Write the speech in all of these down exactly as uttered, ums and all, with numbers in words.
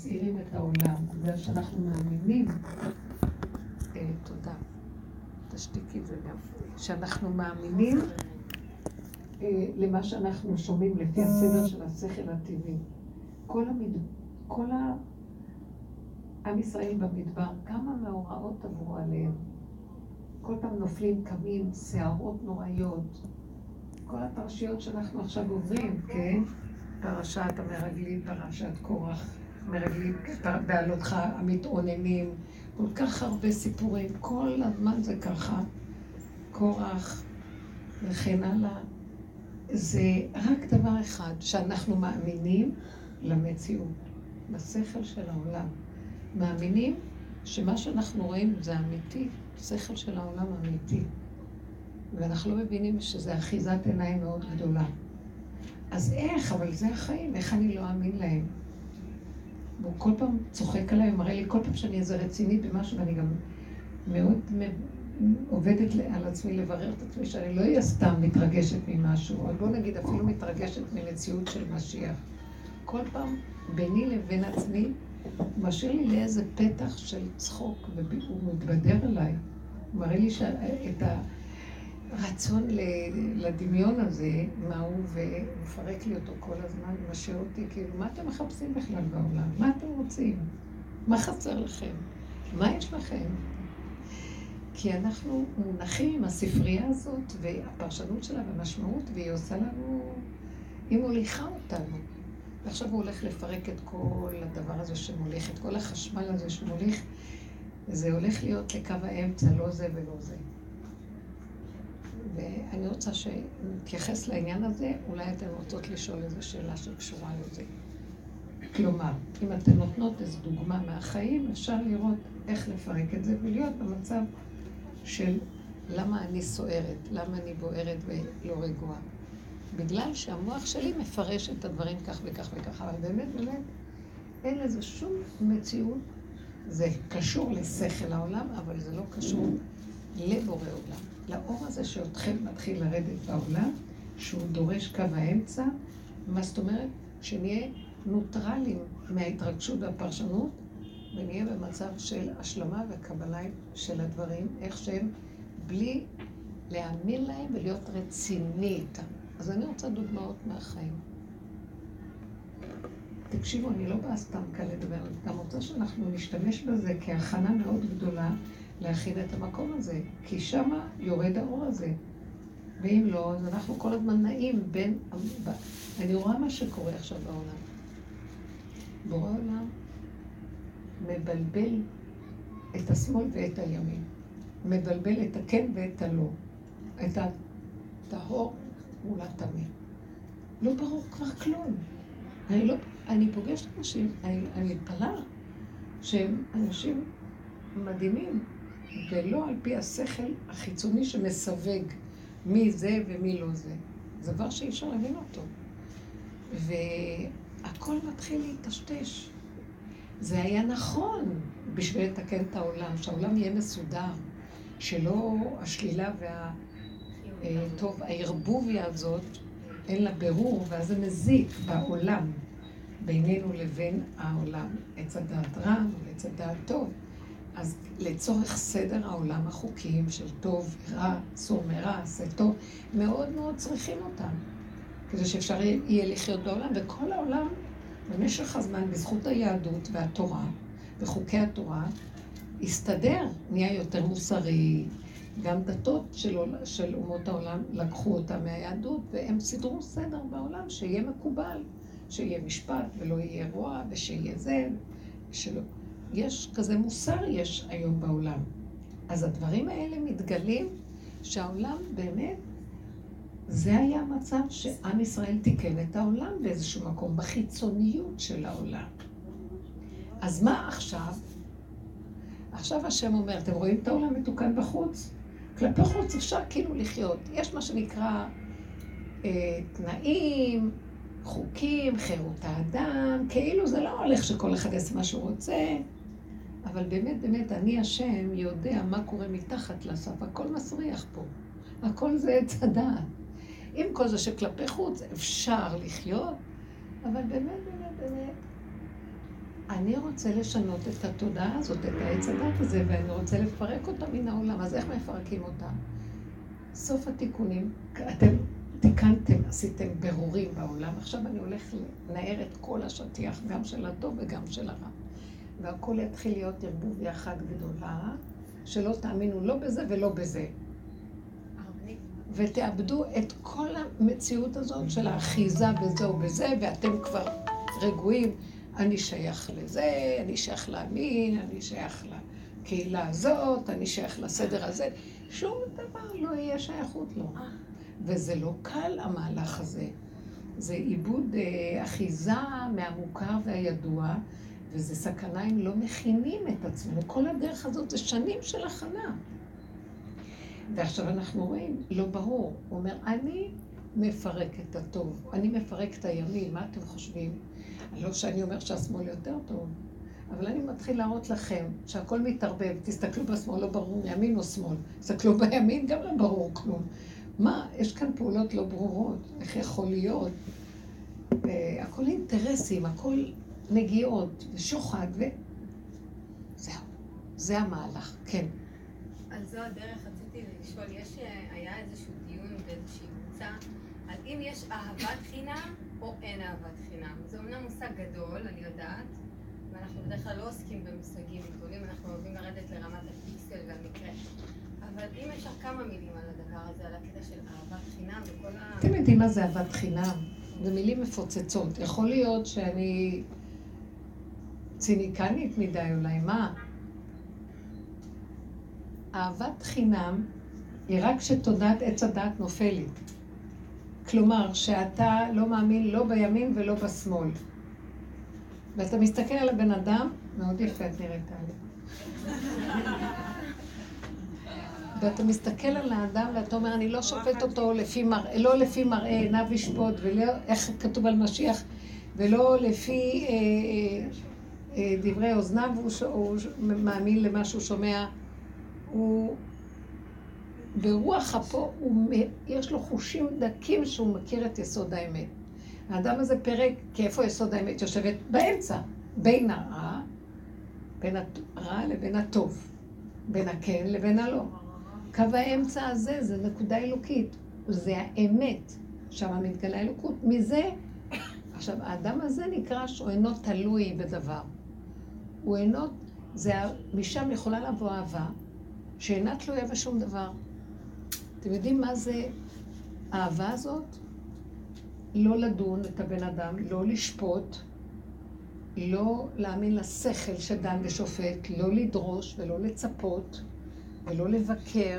מסעירים את העולם, בגלל שאנחנו מאמינים, אה, תודה, תשתיקי את זה גם, שאנחנו מאמינים אה, למה שאנחנו שומעים לפי הסדר של השכל הטבעי. כל המד... כל ה... עם ישראל במדבר, כמה מאורעות עברו עליהם. כל פעם נופלים, קמים, שערות נוראיות. כל הפרשיות שאנחנו עכשיו עוברים, כן? פרשת המרגלים, פרשת קורח, מרגלים, בעלותך המתאוננים, כל כך הרבה סיפורים, כל הזמן זה ככה, קורח וכן הלאה. זה רק דבר אחד, שאנחנו מאמינים למציאות, בשכל של העולם. מאמינים שמה שאנחנו רואים זה אמיתי, שכל של העולם אמיתי. ואנחנו לא מבינים שזה אחיזת עיניים מאוד גדולה. אז איך? אבל זה החיים, איך אני לא אאמין להם? והוא כל פעם צוחק עליי, מראה לי כל פעם שאני איזה רצינית במשהו, ואני גם מאוד עובדת על עצמי לברר את עצמי, שאני לא אהיה סתם מתרגשת ממשהו, או בוא נגיד אפילו מתרגשת ממציאות של משיח. כל פעם ביני לבין עצמי, הוא משאיר לי לאיזה פתח של צחוק, והוא מתבדר עליי. הוא מראה לי את הרצון לדמיון הזה, מה הוא, ומפרק לי אותו כל הזמן, משאיר אותי, כאילו, מה אתם מחפשים בכלל בעולם? מה אתם רוצים? מה חסר לכם? מה יש לכם? כי אנחנו מונחים עם הספרייה הזאת, והפרשנות שלה והמשמעות, והיא עושה לנו, היא מוליכה אותנו. ועכשיו הוא הולך לפרק את כל הדבר הזה שמוליך, את כל החשמל הזה שמוליך, וזה הולך להיות לקו האמצע, לא זה ולא זה. ואני רוצה שנתייחס לעניין הזה, אולי אתן רוצות לשאול איזו שאלה שקשורה לזה. כלומר, אם אתן נותנות איזו דוגמה מהחיים, אפשר לראות איך לפרק את זה, ולהיות במצב של למה אני סוערת, למה אני בוערת ולא רגועה. בגלל שהמוח שלי מפרש את הדברים כך וכך וכך, אבל באמת, באמת, אין לזה שום מציאות. זה קשור לשכל העולם, אבל זה לא קשור לבורא עולם. לאור הזה שאותכם מתחיל לרדת בעולם, שהוא דורש קו האמצע, מה זאת אומרת? שנהיה נוטרלים מההתרגשות והפרשנות, ונהיה במצב של השלמה וקבלה של הדברים, איך שהם, בלי להאמין להם ולהיות רציני איתם. אז אני רוצה דוגמאות מהחיים. תקשיבו, אני לא באה סתם כאן לדבר, אני גם רוצה שאנחנו נשתמש בזה כהכנה מאוד גדולה להכין את המקום הזה, כי שמה יורד האור הזה. ואם לא, אז אנחנו כל הזמן נעים בין... אני רואה מה שקורה עכשיו בעולם. בורא עולם מבלבל את השמאל ואת הימין. מבלבל את הכן ואת הלא. את הטהור מול הטמא. לא ברור כבר כלום. אני, לא, אני פוגשת אנשים, אני, אני מתפלאה שהם אנשים מדהימים, ולא על פי השכל החיצוני שמסווג מי זה ומי לא זה. זה דבר שאי אפשר להבין אותו. והכל מתחיל להתשתש. זה היה נכון בשביל לתקן את העולם, שהעולם יהיה מסודר, שלא השלילה וה... טוב, הערבוביה הזאת, אין לה ברור, ואז זה מזיק בעולם, בינינו לבין העולם, עץ הדעת רע ועץ הדעת טוב. אז לצורך סדר העולם החוקיים של טוב, רע, סור מרע, עשה טוב, מאוד מאוד צריכים אותם, כדי שאפשר יהיה לחיות בעולם, וכל העולם במשך הזמן, בזכות היהדות והתורה, וחוקי התורה, הסתדר, נהיה יותר מוסרי, גם דתות של, של אומות העולם לקחו אותה מהיהדות, והם סידרו סדר בעולם שיהיה מקובל, שיהיה משפט ולא יהיה רוע, ושיהיה זה, שלא. יש כזה מוסר יש היום בעולם. אז הדברים האלה מתגלים שהעולם באמת, זה היה המצב שעם ישראל תיקן את העולם באיזשהו מקום, בחיצוניות של העולם. אז מה עכשיו? עכשיו השם אומר, אתם רואים את העולם מתוקן בחוץ? כלפי חוץ אפשר כאילו לחיות. יש מה שנקרא אה, תנאים, חוקים, חירות האדם, כאילו זה לא הולך שכל אחד יעשה מה שהוא רוצה, אבל באמת, באמת, אני השם יודע מה קורה מתחת לסף, הכל מסריח פה, הכל זה עץ הדעת. עם כל זה שכלפי חוץ אפשר לחיות, אבל באמת, באמת, באמת, אני רוצה לשנות את התודעה הזאת, את העץ הדת הזה, ואני רוצה לפרק אותה מן העולם. אז איך מפרקים אותה? סוף התיקונים, אתם תיקנתם, עשיתם ברורים בעולם, עכשיו אני הולך לנער את כל השטיח, גם של הטוב וגם של הרע. והכל יתחיל להיות ערבוב יחד גדולה, שלא תאמינו לא בזה ולא בזה. ותאבדו את כל המציאות הזאת של האחיזה בזה ובזה, ואתם כבר רגועים. אני שייך לזה, אני שייך להאמין, אני שייך לקהילה הזאת, אני שייך לסדר הזה. שום דבר לא יהיה שייכות לו. וזה לא קל המהלך הזה. זה איבוד אה, אחיזה מהמוכר והידוע, וזה סכנה אם לא מכינים את עצמנו. כל הדרך הזאת זה שנים של הכנה. ועכשיו אנחנו רואים, לא ברור. הוא אומר, אני מפרק את הטוב, אני מפרק את הימין, מה אתם חושבים? לא שאני אומר שהשמאל יותר טוב, אבל אני מתחיל להראות לכם שהכל מתערבב, תסתכלו בשמאל, לא ברור מימין או שמאל, תסתכלו בימין, גם לא ברור כלום. מה, יש כאן פעולות לא ברורות, איך יכול להיות? הכל אינטרסים, הכל נגיעות ושוחד, וזהו, זה המהלך, כן. על זו הדרך רציתי לשאול, יש, היה איזשהו דיון באיזושהי קבוצה, על אם יש אהבת חינם או אין אהבת חינם. זה אומנם מושג גדול, אני יודעת, ואנחנו בדרך כלל לא עוסקים במושגים גדולים, אנחנו אוהבים לרדת לרמת הפיקסל והמקרה. אבל אם אפשר כמה מילים על הדבר הזה, על הקטע של אהבת חינם וכל ה... אתם יודעים מה זה אהבת חינם? זה מילים מפוצצות. יכול להיות שאני ציניקנית מדי אולי, מה? אהבת חינם היא רק כשתודעת עץ הדת נופלת. כלומר, שאתה לא מאמין לא בימין ולא בשמאל. ואתה מסתכל על הבן אדם, מאוד יפה את נראית עליו. ואתה מסתכל על האדם ואתה אומר, אני לא שופט אותו לפי מראה, לא לפי מראה עיניו ישפוט, ולא איך כתוב על משיח, ולא לפי אה, אה, אה, דברי אוזניו, הוא, ש... הוא מאמין למה שהוא שומע. הוא ברוח אפו, הוא... יש לו חושים דקים שהוא מכיר את יסוד האמת. האדם הזה פרק, כי איפה יסוד האמת? יושבת באמצע, בין הרע, בין הרע לבין הטוב, בין הכן לבין הלא. קו האמצע הזה זה נקודה אלוקית, זה האמת, שם מתגלה אלוקות. מזה, עכשיו, האדם הזה נקרא שהוא אינו תלוי בדבר. הוא אינו, זה, משם יכולה לבוא אהבה, שאינה תלויה בשום דבר. אתם יודעים מה זה האהבה הזאת? לא לדון את הבן אדם, לא לשפוט, לא להאמין לשכל שדן ושופט, לא לדרוש ולא לצפות, ולא לבקר,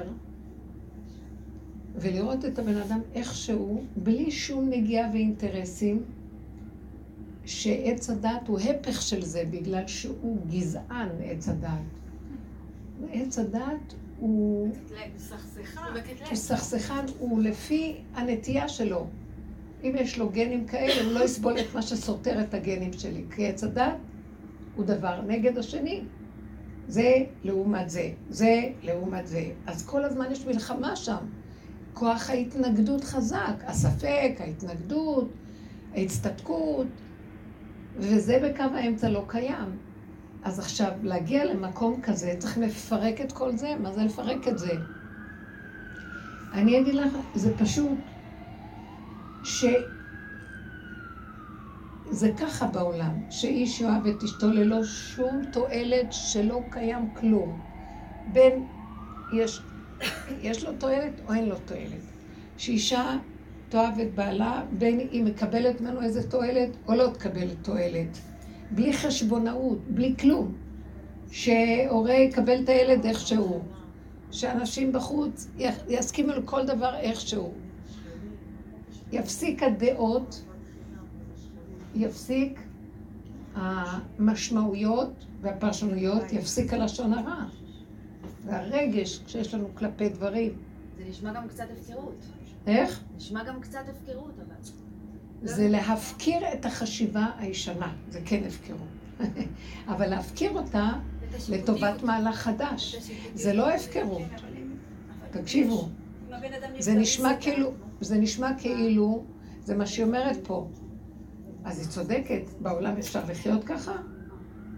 ולראות את הבן אדם איכשהו, בלי שום נגיעה ואינטרסים, שעץ הדת הוא הפך של זה, בגלל שהוא גזען, עץ הדת. עץ הדת הוא... הוא סכסכן, הוא לפי הנטייה שלו. אם יש לו גנים כאלה, הוא לא יסבול את מה שסותר את הגנים שלי. כי עץ הדת הוא דבר נגד השני. זה לעומת זה, זה לעומת זה. אז כל הזמן יש מלחמה שם. כוח ההתנגדות חזק, הספק, ההתנגדות, ההצטדקות, וזה בקו האמצע לא קיים. אז עכשיו, להגיע למקום כזה, צריך לפרק את כל זה. מה זה לפרק את זה? אני אגיד לך, זה פשוט שזה ככה בעולם, שאיש יאהב את אשתו ללא שום תועלת, שלא קיים כלום. בין, יש, יש לו תועלת או אין לו תועלת. שאישה תאהב את בעלה, בין היא מקבלת ממנו איזה תועלת או לא תקבלת תועלת. בלי חשבונאות, בלי כלום. שהורה יקבל את הילד איכשהו. שאנשים בחוץ יסכימו לכל דבר איכשהו. יפסיק הדעות, יפסיק המשמעויות והפרשנויות, יפסיק הלשון הרע. והרגש כשיש לנו כלפי דברים. זה נשמע גם קצת הפקרות. איך? נשמע גם קצת הפקרות, אבל... זה להפקיר את החשיבה הישנה, זה כן הפקרות. אבל להפקיר אותה לטובת מהלך חדש. זה לא הפקרות. תקשיבו, זה נשמע כאילו, זה נשמע כאילו, זה מה שהיא אומרת פה. אז היא צודקת, בעולם אפשר לחיות ככה?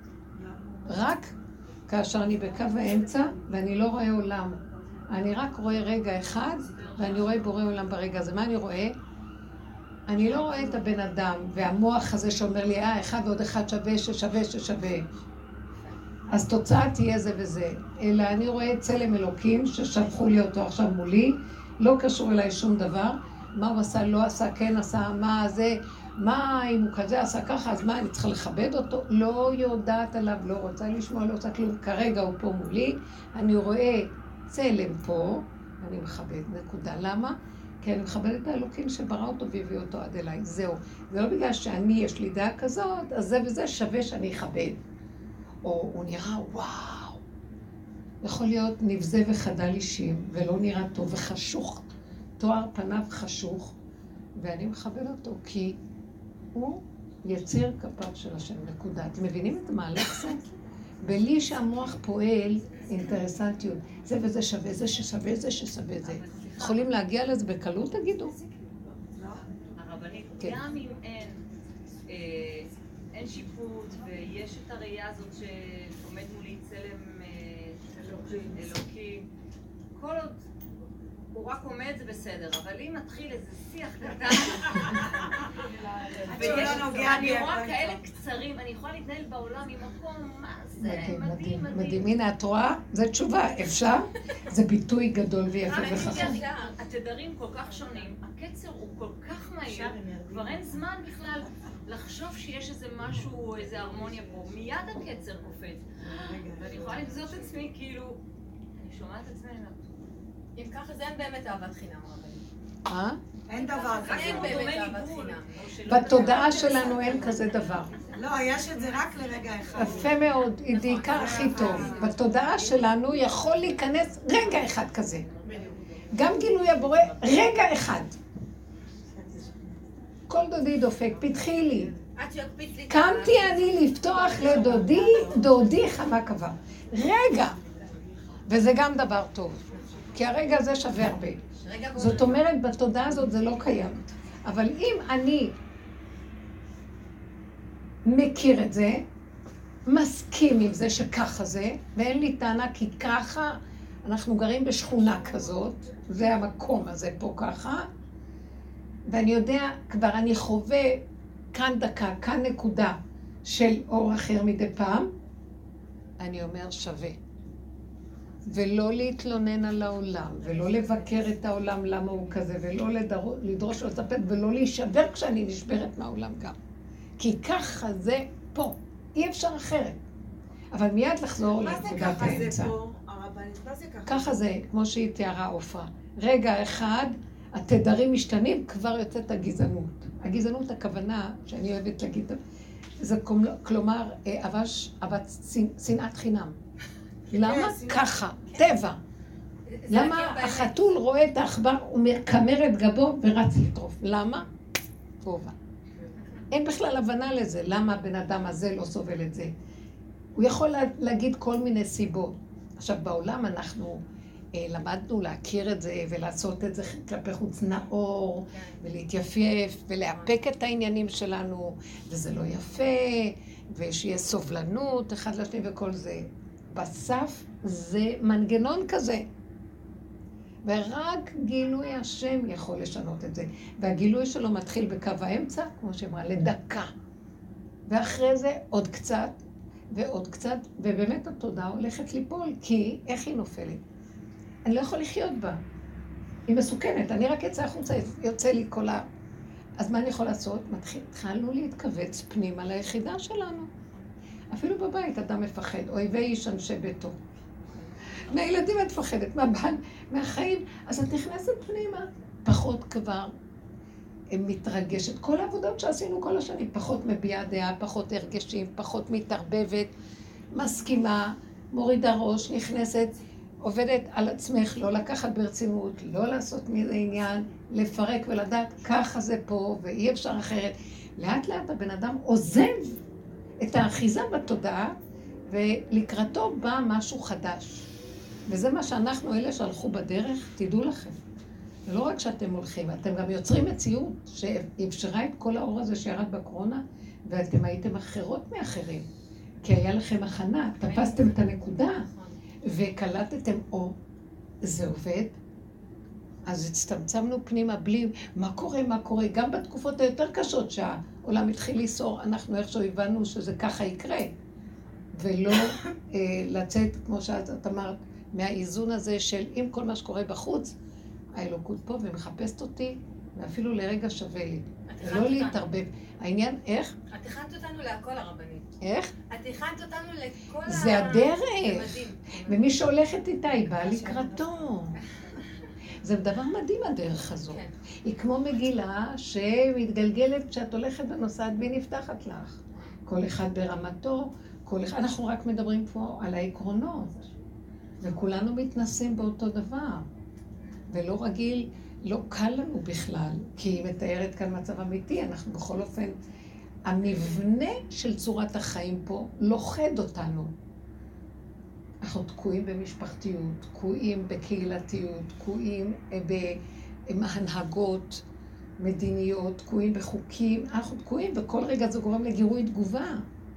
רק כאשר אני בקו האמצע ואני לא רואה עולם. אני רק רואה רגע אחד ואני רואה בורא עולם ברגע הזה. מה אני רואה? אני לא רואה את הבן אדם והמוח הזה שאומר לי, אה, אחד עוד אחד שווה, ששווה, ששווה. אז תוצאה תהיה זה וזה. אלא אני רואה צלם אלוקים ששלחו לי אותו עכשיו מולי, לא קשור אליי שום דבר. מה הוא עשה, לא עשה, כן עשה, מה זה, מה אם הוא כזה עשה ככה, אז מה, אני צריכה לכבד אותו? לא יודעת עליו, לא רוצה לשמוע, לא רוצה כלום. כרגע הוא פה מולי, אני רואה צלם פה, אני מכבד, נקודה. למה? כי אני מכבד את האלוקים שברא אותו והביא אותו עד אליי. זהו. זה לא בגלל שאני, יש לי דעה כזאת, אז זה וזה שווה שאני אכבד. או הוא נראה, וואו. יכול להיות נבזה וחדל אישים, ולא נראה טוב וחשוך. תואר פניו חשוך, ואני מכבד אותו, כי הוא יציר כפיו של השם, נקודה. אתם מבינים את המהלך זה? בלי שהמוח פועל אינטרסנטיות. זה וזה שווה, זה ששווה, זה ששווה, זה. יכולים להגיע לזה בקלות, תגידו? הרבנית, גם אם אין, אין שיפוט ויש את הראייה הזאת שעומד מולי צלם אלוקים, כל עוד הוא רק עומד זה בסדר, אבל אם מתחיל איזה שיח קטן, אני רואה כאלה קצרים, אני יכולה להתנהל בעולם ממקום, מה זה? מדהים, מדהים. מדהים, הנה את רואה? זו תשובה, אפשר? זה ביטוי גדול ויפה וחכם. התדרים כל כך שונים, הקצר הוא כל כך מהיר, כבר אין זמן בכלל לחשוב שיש איזה משהו, איזה הרמוניה פה, מיד הקצר קופץ. ואני יכולה לבזות את עצמי, כאילו, אני שומעת את עצמי, אם ככה זה אין באמת אהבת חינם, רבנית. אה? אין דבר כזה. אין באמת אהבת חינם. בתודעה שלנו אין כזה דבר. לא, יש את זה רק לרגע אחד. יפה מאוד, עידיקה הכי טוב. בתודעה שלנו יכול להיכנס רגע אחד כזה. גם גילוי הבורא, רגע אחד. כל דודי דופק, פתחי לי. קמתי אני לפתוח לדודי, דודי חמה קבע. רגע. וזה גם דבר טוב. כי הרגע הזה שווה הרבה. זאת אומרת, בתודעה הזאת זה לא קיים. אבל אם אני מכיר את זה, מסכים עם זה שככה זה, ואין לי טענה כי ככה, אנחנו גרים בשכונה כזאת, זה המקום הזה פה ככה, ואני יודע, כבר אני חווה כאן דקה, כאן נקודה של אור אחר מדי פעם, אני אומר שווה. ולא להתלונן על העולם, ולא לבקר את העולם למה הוא כזה, ולא לדרוש ולספק, ולא להישבר כשאני נשברת מהעולם גם. כי ככה זה פה, אי אפשר אחרת. אבל מיד לחזור לנקודת האמצע. מה זה ככה זה פה, הרבנית? מה זה ככה? ככה זה, כמו שהיא תיארה עופרה. רגע אחד, התדרים משתנים, כבר יוצאת הגזענות. הגזענות, הכוונה, שאני אוהבת להגיד, זה כלומר, אהבת שנאת חינם. למה? ככה, טבע. למה החתול רואה את העכבר, הוא מקמר את גבו ורץ לטרוף. למה? טובה. אין בכלל הבנה לזה, למה הבן אדם הזה לא סובל את זה. הוא יכול להגיד כל מיני סיבות. עכשיו, בעולם אנחנו אה, למדנו להכיר את זה ולעשות את זה כלפי חוץ נאור, ולהתייפייף ולהפק את העניינים שלנו, וזה לא יפה, ושיהיה סובלנות אחד לשני וכל זה. בסף זה מנגנון כזה. ורק גילוי השם יכול לשנות את זה. והגילוי שלו מתחיל בקו האמצע, כמו שאמרה, לדקה. ואחרי זה עוד קצת, ועוד קצת, ובאמת התודעה הולכת ליפול, כי איך היא נופלת? אני לא יכול לחיות בה. היא מסוכנת, אני רק יצא החוצה, יוצא לי כל ה... אז מה אני יכול לעשות? התחלנו להתכווץ פנימה ליחידה שלנו. אפילו בבית אדם מפחד, אויבי איש אנשי ביתו. מהילדים את מפחדת, מהבן, מהחיים, אז את נכנסת פנימה. פחות כבר מתרגשת. כל העבודות שעשינו כל השנים, פחות מביעה דעה, פחות הרגשים, פחות מתערבבת, מסכימה, מורידה ראש, נכנסת, עובדת על עצמך, לא לקחת ברצינות, לא לעשות מזה עניין, לפרק ולדעת, ככה זה פה ואי אפשר אחרת. לאט לאט הבן אדם עוזב את האחיזה בתודעה, ולקראתו בא משהו חדש. וזה מה שאנחנו, אלה שהלכו בדרך, תדעו לכם. ולא רק שאתם הולכים, אתם גם יוצרים מציאות שאפשרה את כל האור הזה שירד בקורונה, ואתם הייתם אחרות מאחרים. כי היה לכם הכנה, תפסתם את הנקודה, וקלטתם, או, זה עובד, אז הצטמצמנו פנימה בלי, מה קורה, מה קורה, גם בתקופות היותר קשות שהעולם התחיל לסעור, אנחנו איכשהו הבנו שזה ככה יקרה, ולא אה, לצאת, כמו שאת אמרת, מהאיזון הזה של אם כל מה שקורה בחוץ, האלוקות פה ומחפשת אותי, ואפילו לרגע שווה לי, ולא להתערבב. העניין, איך? את הכנת אותנו להכל הרבנית. איך? את הכנת אותנו לכל ה... זה הדרך. זה מדהים. ומי שהולכת איתה, היא באה לקראתו. זה דבר מדהים הדרך הזאת. כן. היא כמו מגילה שמתגלגלת כשאת הולכת ונוסעת והיא נפתחת לך. כל אחד ברמתו, כל אחד, אנחנו רק מדברים פה על העקרונות. וכולנו מתנסים באותו דבר. ולא רגיל, לא קל לנו בכלל, כי היא מתארת כאן מצב אמיתי, אנחנו בכל אופן, המבנה של צורת החיים פה לוכד אותנו. אנחנו תקועים במשפחתיות, תקועים בקהילתיות, תקועים בהנהגות מדיניות, תקועים בחוקים, אנחנו תקועים, וכל רגע זה גורם לגירוי תגובה.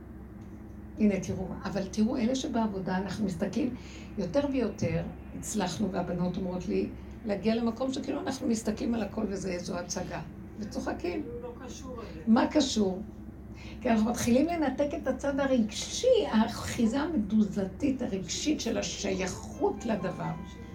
הנה תראו, אבל תראו, אלה שבעבודה אנחנו מסתכלים יותר ויותר, הצלחנו והבנות אומרות לי, להגיע למקום שכאילו אנחנו מסתכלים על הכל וזה איזו הצגה, וצוחקים. לא קשור אליהם. מה קשור? כי אנחנו מתחילים לנתק את הצד הרגשי, האחיזה המדוזתית, הרגשית של השייכות לדבר.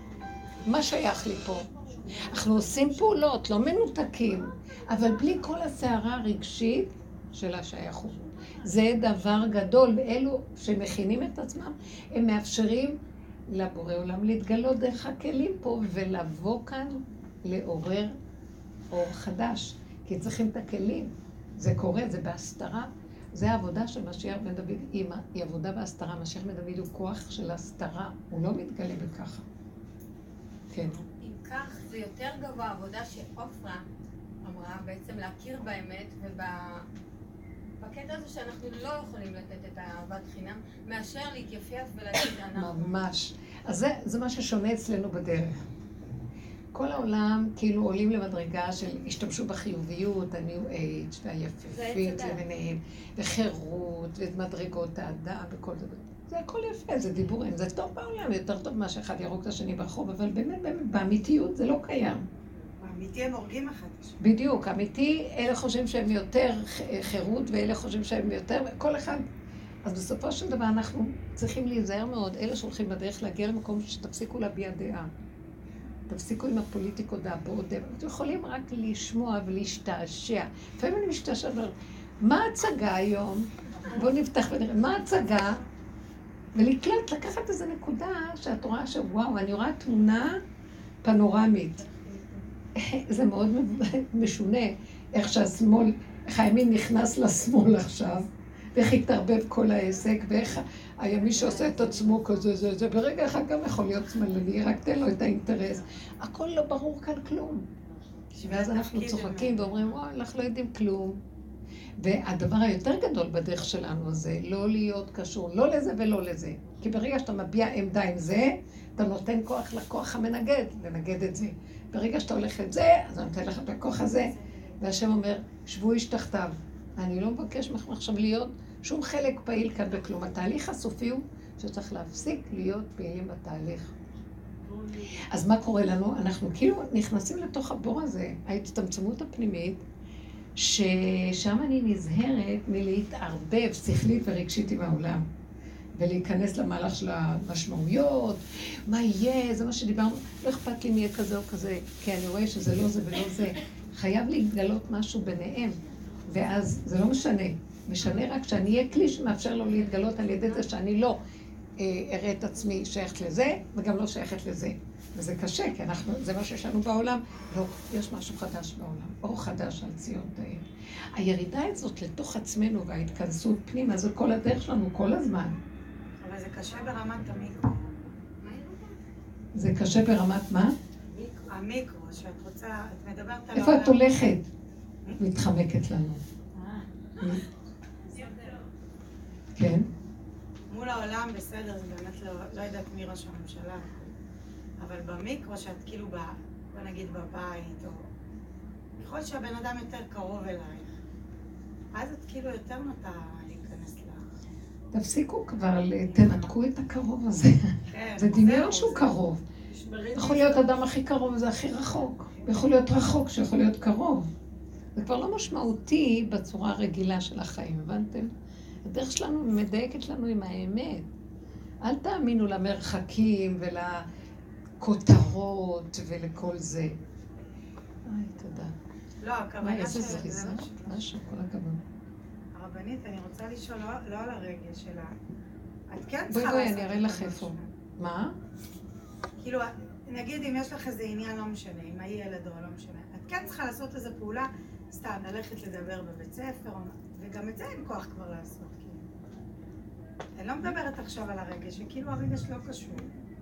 מה שייך לי פה? אנחנו עושים פעולות, לא מנותקים, אבל בלי כל הסערה הרגשית של השייכות. זה דבר גדול, ואלו שמכינים את עצמם, הם מאפשרים לבורא עולם להתגלות דרך הכלים פה, ולבוא כאן לעורר אור חדש, כי צריכים את הכלים. זה קורה, זה בהסתרה. זה העבודה של משיח בן דוד, אמא, היא עבודה בהסתרה. משיח בן דוד הוא כוח של הסתרה, הוא לא מתגלה בככה. כן. אם כך, זה יותר גבוה עבודה שעופרה אמרה, בעצם להכיר באמת, ובקטע הזה שאנחנו לא יכולים לתת את האהבת חינם, מאשר להתייפייף ולהגיד אנחנו. ממש. אז זה, זה מה ששונה אצלנו בדרך. כל העולם כאילו עולים למדרגה של השתמשו בחיוביות, ה-New Age והיפהפית למיניהם, וחירות ומדרגות האדם וכל זה. זה הכל יפה, זה דיבורים, זה טוב בעולם, יותר טוב מה שאחד ירוק את השני ברחוב, אבל באמת, באמת, באמיתיות זה לא קיים. באמיתי הם הורגים אחד. בדיוק, אמיתי, אלה חושבים שהם יותר חירות, ואלה חושבים שהם יותר, כל אחד. אז בסופו של דבר אנחנו צריכים להיזהר מאוד, אלה שהולכים בדרך להגיע למקום שתפסיקו להביע דעה. תפסיקו עם הפוליטיקות והבעות דעה. אתם יכולים רק לשמוע ולהשתעשע. לפעמים אני משתעשע ואומר, מה ההצגה היום? בואו נפתח ונראה, מה ההצגה? ולקלט, לקחת איזו נקודה שאת רואה שוואו, אני רואה תמונה פנורמית. זה מאוד משונה, איך שהשמאל, איך הימין נכנס לשמאל עכשיו, ואיך התערבב כל העסק, ואיך הימין שעושה את עצמו כזה, זה, זה ברגע אחד גם יכול להיות שמאלני, רק תן לו את האינטרס. הכל לא ברור כאן כלום. ואז אנחנו צוחקים ואומרים, וואו, אנחנו לא יודעים כלום. והדבר היותר גדול בדרך שלנו זה לא להיות קשור, לא לזה ולא לזה. כי ברגע שאתה מביע עמדה עם זה, אתה נותן כוח לכוח המנגד, לנגד את זה. ברגע שאתה הולך את זה, אז אני נותן לך את הכוח הזה. והשם אומר, שבו איש תחתיו. אני לא מבקש ממך עכשיו להיות שום חלק פעיל כאן בכלום. התהליך הסופי הוא שצריך להפסיק להיות פעילים בתהליך. אז מה קורה לנו? אנחנו כאילו נכנסים לתוך הבור הזה, ההצטמצמות הפנימית, ששם אני נזהרת מלהתערבב שכלית ורגשית עם העולם, ולהיכנס למהלך של המשמעויות, מה יהיה, זה מה שדיברנו, לא אכפת לי מי יהיה כזה או כזה, כי אני רואה שזה לא זה ולא זה, חייב להתגלות משהו ביניהם, ואז זה לא משנה, משנה רק שאני אהיה כלי שמאפשר לו להתגלות על ידי זה שאני לא אראה את עצמי שייכת לזה, וגם לא שייכת לזה. וזה קשה, כי אנחנו, זה מה שיש לנו בעולם. לא, יש משהו חדש בעולם, אור חדש על ציון תאיר. הירידה הזאת לתוך עצמנו וההתכנסות פנימה, זה כל הדרך שלנו כל הזמן. אבל זה קשה ברמת המיקרו. זה קשה ברמת מה? המיקרו, שאת רוצה, את מדברת על... איפה את הולכת? מתחמקת לנו. כן? מול העולם בסדר, זה באמת לא, לא יודעת מי ראש הממשלה. אבל במיקרו שאת כאילו, בא, בוא נגיד בבית, או ככל שהבן אדם יותר קרוב אלייך, אז את כאילו יותר נוטה להיכנס לך. תפסיקו כבר, תנתקו את הקרוב הזה. זה דמיון שהוא קרוב. יכול להיות אדם הכי קרוב, זה הכי רחוק. יכול להיות רחוק שיכול להיות קרוב. זה כבר לא משמעותי בצורה הרגילה של החיים, הבנתם? הדרך שלנו מדייקת לנו עם האמת. אל תאמינו למרחקים ולכותרות ולכל זה. איי, תודה. לא, הכוונה איזה זריזה, משהו, כל הכבוד. הרבנית, אני רוצה לשאול לא על הרגש שלה. את כן בואי צריכה בואי, לעשות אני אראה לך איפה. מה? כאילו, נגיד אם יש לך איזה עניין, לא משנה, עם הילד או לא משנה, את כן צריכה לעשות איזו פעולה, סתם, ללכת לדבר בבית ספר, וגם את זה אין כוח כבר לעשות, כאילו. אני לא מדברת עכשיו על הרגש, וכאילו הרגש לא קשור.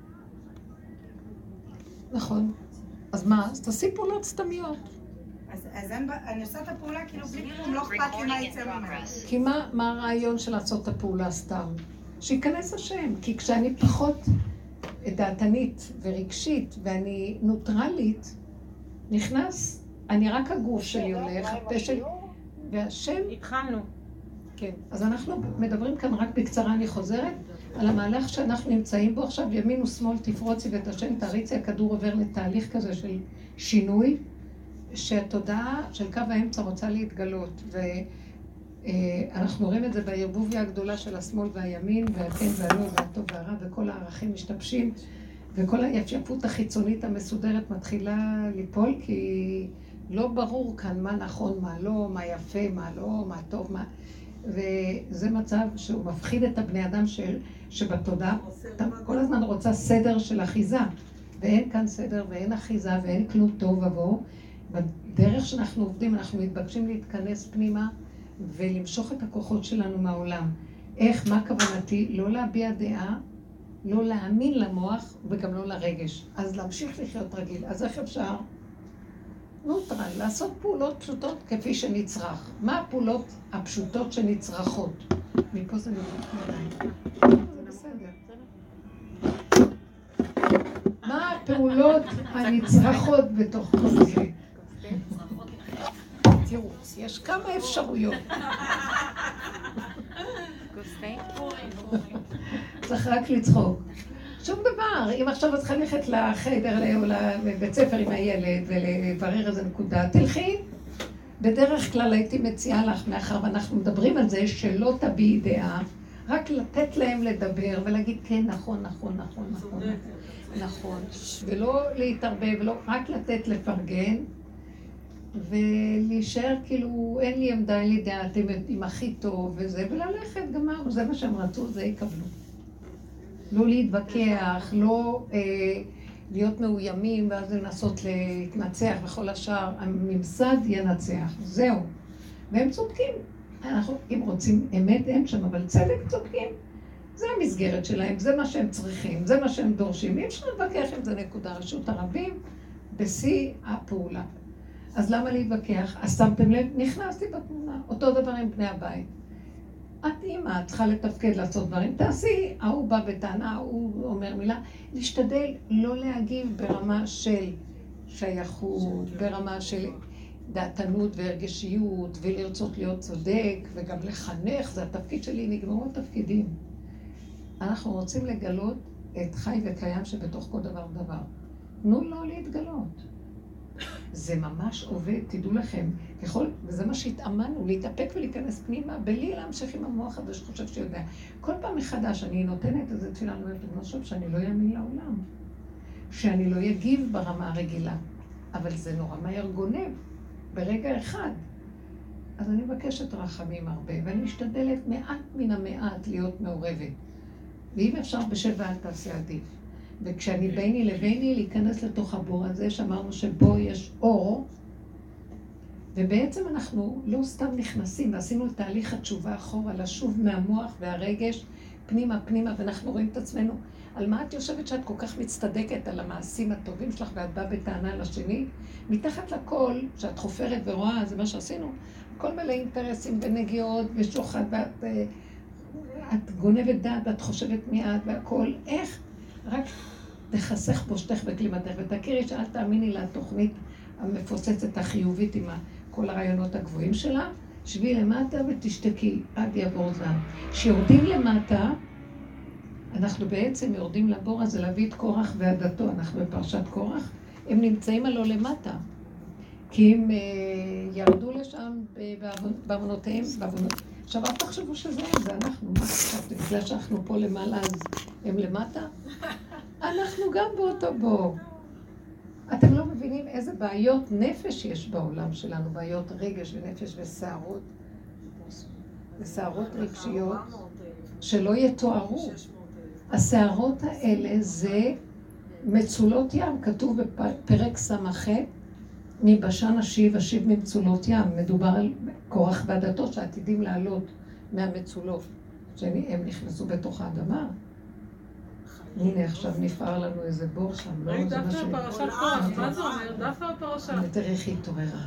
נכון. אז מה? אז תעשי פעולות סתמיות. אז, אז אין, אני עושה את הפעולה כאילו בלי כלום, לא אכפת לי מה יצא ממנו. כי מה, מה הרעיון של לעשות את הפעולה סתם? שיכנס השם. כי כשאני פחות דעתנית ורגשית ואני נוטרלית, נכנס, אני רק הגוף שלי הולך, הפה שלי, והשם... התחלנו. כן. אז אנחנו מדברים כאן רק בקצרה, אני חוזרת, על המהלך שאנחנו נמצאים בו עכשיו, ימין ושמאל תפרוצי ותשן תריצי, הכדור עובר לתהליך כזה של שינוי, שהתודעה של קו האמצע רוצה להתגלות, ואנחנו רואים את זה בערבוביה הגדולה של השמאל והימין, והכן והלא והטוב והרע, וכל הערכים משתבשים, וכל היפייפות החיצונית המסודרת מתחילה ליפול, כי לא ברור כאן מה נכון, מה לא, מה יפה, מה לא, מה טוב, מה... וזה מצב שהוא מפחיד את הבני אדם של, שבתודעה כל הזמן רוצה סדר של אחיזה, ואין כאן סדר ואין אחיזה ואין כלום טוב עבור. בדרך שאנחנו עובדים אנחנו מתבקשים להתכנס פנימה ולמשוך את הכוחות שלנו מהעולם. איך, מה כוונתי? לא להביע דעה, לא להאמין למוח וגם לא לרגש. אז להמשיך לחיות רגיל. אז איך אפשר? נוטרל, לעשות פעולות פשוטות כפי שנצרך. מה הפעולות הפשוטות שנצרכות? מפה זה נוטרל. זה בסדר. מה הפעולות הנצרכות בתוך כל זה? תראו, יש כמה אפשרויות. צריך רק לצחוק. שום דבר. אם עכשיו את צריכה ללכת לחדר או לבית ספר עם הילד ולברר איזה נקודה, תלכי. בדרך כלל הייתי מציעה לך, מאחר ואנחנו מדברים על זה, שלא תביעי דעה, רק לתת להם לדבר ולהגיד כן, נכון, נכון, נכון, נכון, נכון, ולא להתערבב, ולא רק לתת לפרגן, ולהישאר כאילו, אין לי עמדה, אין לי דעה, אתם עם הכי טוב וזה, וללכת, גמרנו, זה מה שהם רצו, זה יקבלו. לא להתווכח, לא אה, להיות מאוימים ואז לנסות להתנצח וכל השאר, הממסד ינצח, זהו. והם צודקים. אנחנו, אם רוצים אמת, אין שם, אבל צדק צודקים. זה המסגרת שלהם, זה מה שהם צריכים, זה מה שהם דורשים. אי אפשר להתווכח עם זה נקודה. רשות הרבים בשיא הפעולה. אז למה להתווכח? אז שמתם לב, נכנסתי בתמונה. אותו דבר עם בני הבית. את אימא, את צריכה לתפקד לעשות דברים, תעשי, ההוא בא בטענה, הוא אומר מילה, להשתדל לא להגיב ברמה של שייכות, ברמה של דעתנות והרגשיות, ולרצות להיות צודק, וגם לחנך, זה התפקיד שלי, נגמרו התפקידים. אנחנו רוצים לגלות את חי וקיים שבתוך כל דבר דבר. תנו לו להתגלות. זה ממש עובד, תדעו לכם, ככל, וזה מה שהתאמנו, להתאפק ולהיכנס פנימה, בלי להמשיך עם המוח הזה שחושב שיודע. כל פעם מחדש אני נותנת איזה תפילה, אני אומרת, אני חושב שאני לא יאמין לעולם, שאני לא יגיב ברמה הרגילה, אבל זה נורא מהר גונב, ברגע אחד. אז אני מבקשת רחמים הרבה, ואני משתדלת מעט מן המעט להיות מעורבת. ואם אפשר בשבע אל תעשה עדיף. וכשאני ביני לביני להיכנס לתוך הבור הזה, שאמרנו שבו יש אור, ובעצם אנחנו לא סתם נכנסים, ועשינו את תהליך התשובה אחורה, לשוב מהמוח והרגש, פנימה, פנימה, ואנחנו רואים את עצמנו. על מה את יושבת שאת כל כך מצטדקת על המעשים הטובים שלך, ואת באה בטענה לשני? מתחת לכל, שאת חופרת ורואה, זה מה שעשינו, כל מלא אינטרסים ונגיעות ושוחד, ואת את גונבת דעת, ואת חושבת מיד, והכל, איך? רק תחסך פושטך וכלימתך, ותכירי שאל תאמיני לתוכנית המפוצצת החיובית עם כל הרעיונות הגבוהים שלה, שבי למטה ותשתקי עד יעבור זעם. כשיורדים למטה, אנחנו בעצם יורדים לבור הזה להביא את קורח ועדתו, אנחנו בפרשת קורח, הם נמצאים הלא למטה. כי הם uh, ירדו לשם בעוונותיהם, בעוונות. עכשיו, אל תחשבו שזה הם, זה אנחנו, מה חשבתם? בגלל שאנחנו פה למעלה, אז הם למטה? אנחנו גם באותו בור. אתם לא מבינים איזה בעיות נפש יש בעולם שלנו, בעיות רגש ונפש וסערות, וסערות רגשיות שלא יתוארו. הסערות האלה זה מצולות ים, כתוב בפרק סמ"ח, מבשן אשיב, אשיב ממצולות ים. מדובר על קורח ועדתו שעתידים לעלות מהמצולות, שהם נכנסו בתוך האדמה. הנה עכשיו נפער לנו איזה בור שם, לא? זה מה ש... דווקא פרשת קורח, מה זה אומר? דווקא הפרשה. תראה איך היא התעוררה.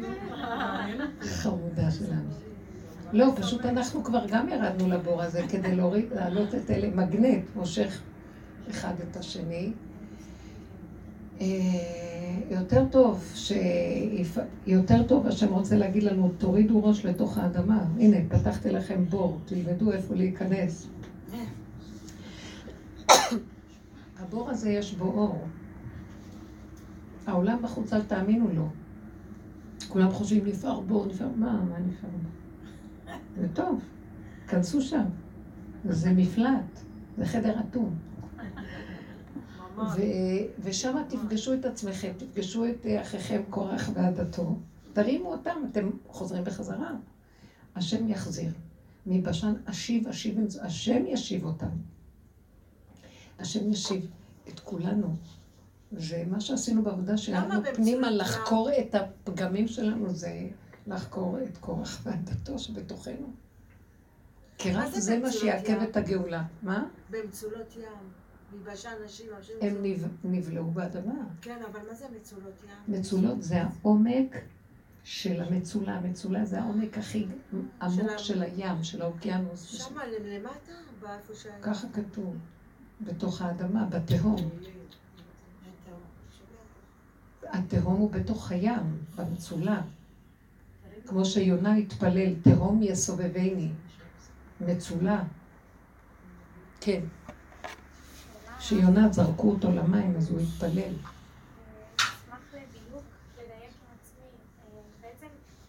חמודה שלנו. לא, פשוט אנחנו כבר גם ירדנו לבור הזה כדי להוריד, להעלות את אלה, מגנט, מושך אחד את השני. יותר טוב, יותר טוב, השם רוצה להגיד לנו, תורידו ראש לתוך האדמה. הנה, פתחתי לכם בור, תלמדו איפה להיכנס. הבור הזה יש בו אור. העולם בחוץ, אל תאמינו לו. כולם חושבים נפער בור, נפער, מה, מה נפער בור? זה טוב, כנסו שם. זה מפלט, זה חדר אטום. ושם תפגשו את עצמכם, תפגשו את אחיכם קורח ועדתו, תרימו אותם, אתם חוזרים בחזרה. השם יחזיר. מבשן אשיב, אשיב, השם ישיב אותם. השם ישיב את כולנו. ומה שעשינו בעבודה שלנו פנימה לחקור את הפגמים שלנו, זה לחקור את קורח ועדתו שבתוכנו. כי רק זה מה שיעכב את הגאולה. מה? במצולות ים. מבשן אנשים, הם נבלעו באדמה. כן, אבל מה זה מצולות ים? מצולות זה העומק של המצולה. המצולה זה העומק הכי עמוק של הים, של האוקיינוס. שם למטה? באיפה שהיה? ככה כתוב, בתוך האדמה, בתהום. התהום הוא בתוך הים, במצולה. כמו שיונה התפלל, תהום יסובבני, מצולה. כן. שיונה זרקו אותו למים, אז הוא התפלל. אשמח לדיוק, לדייק עם עצמי. בעצם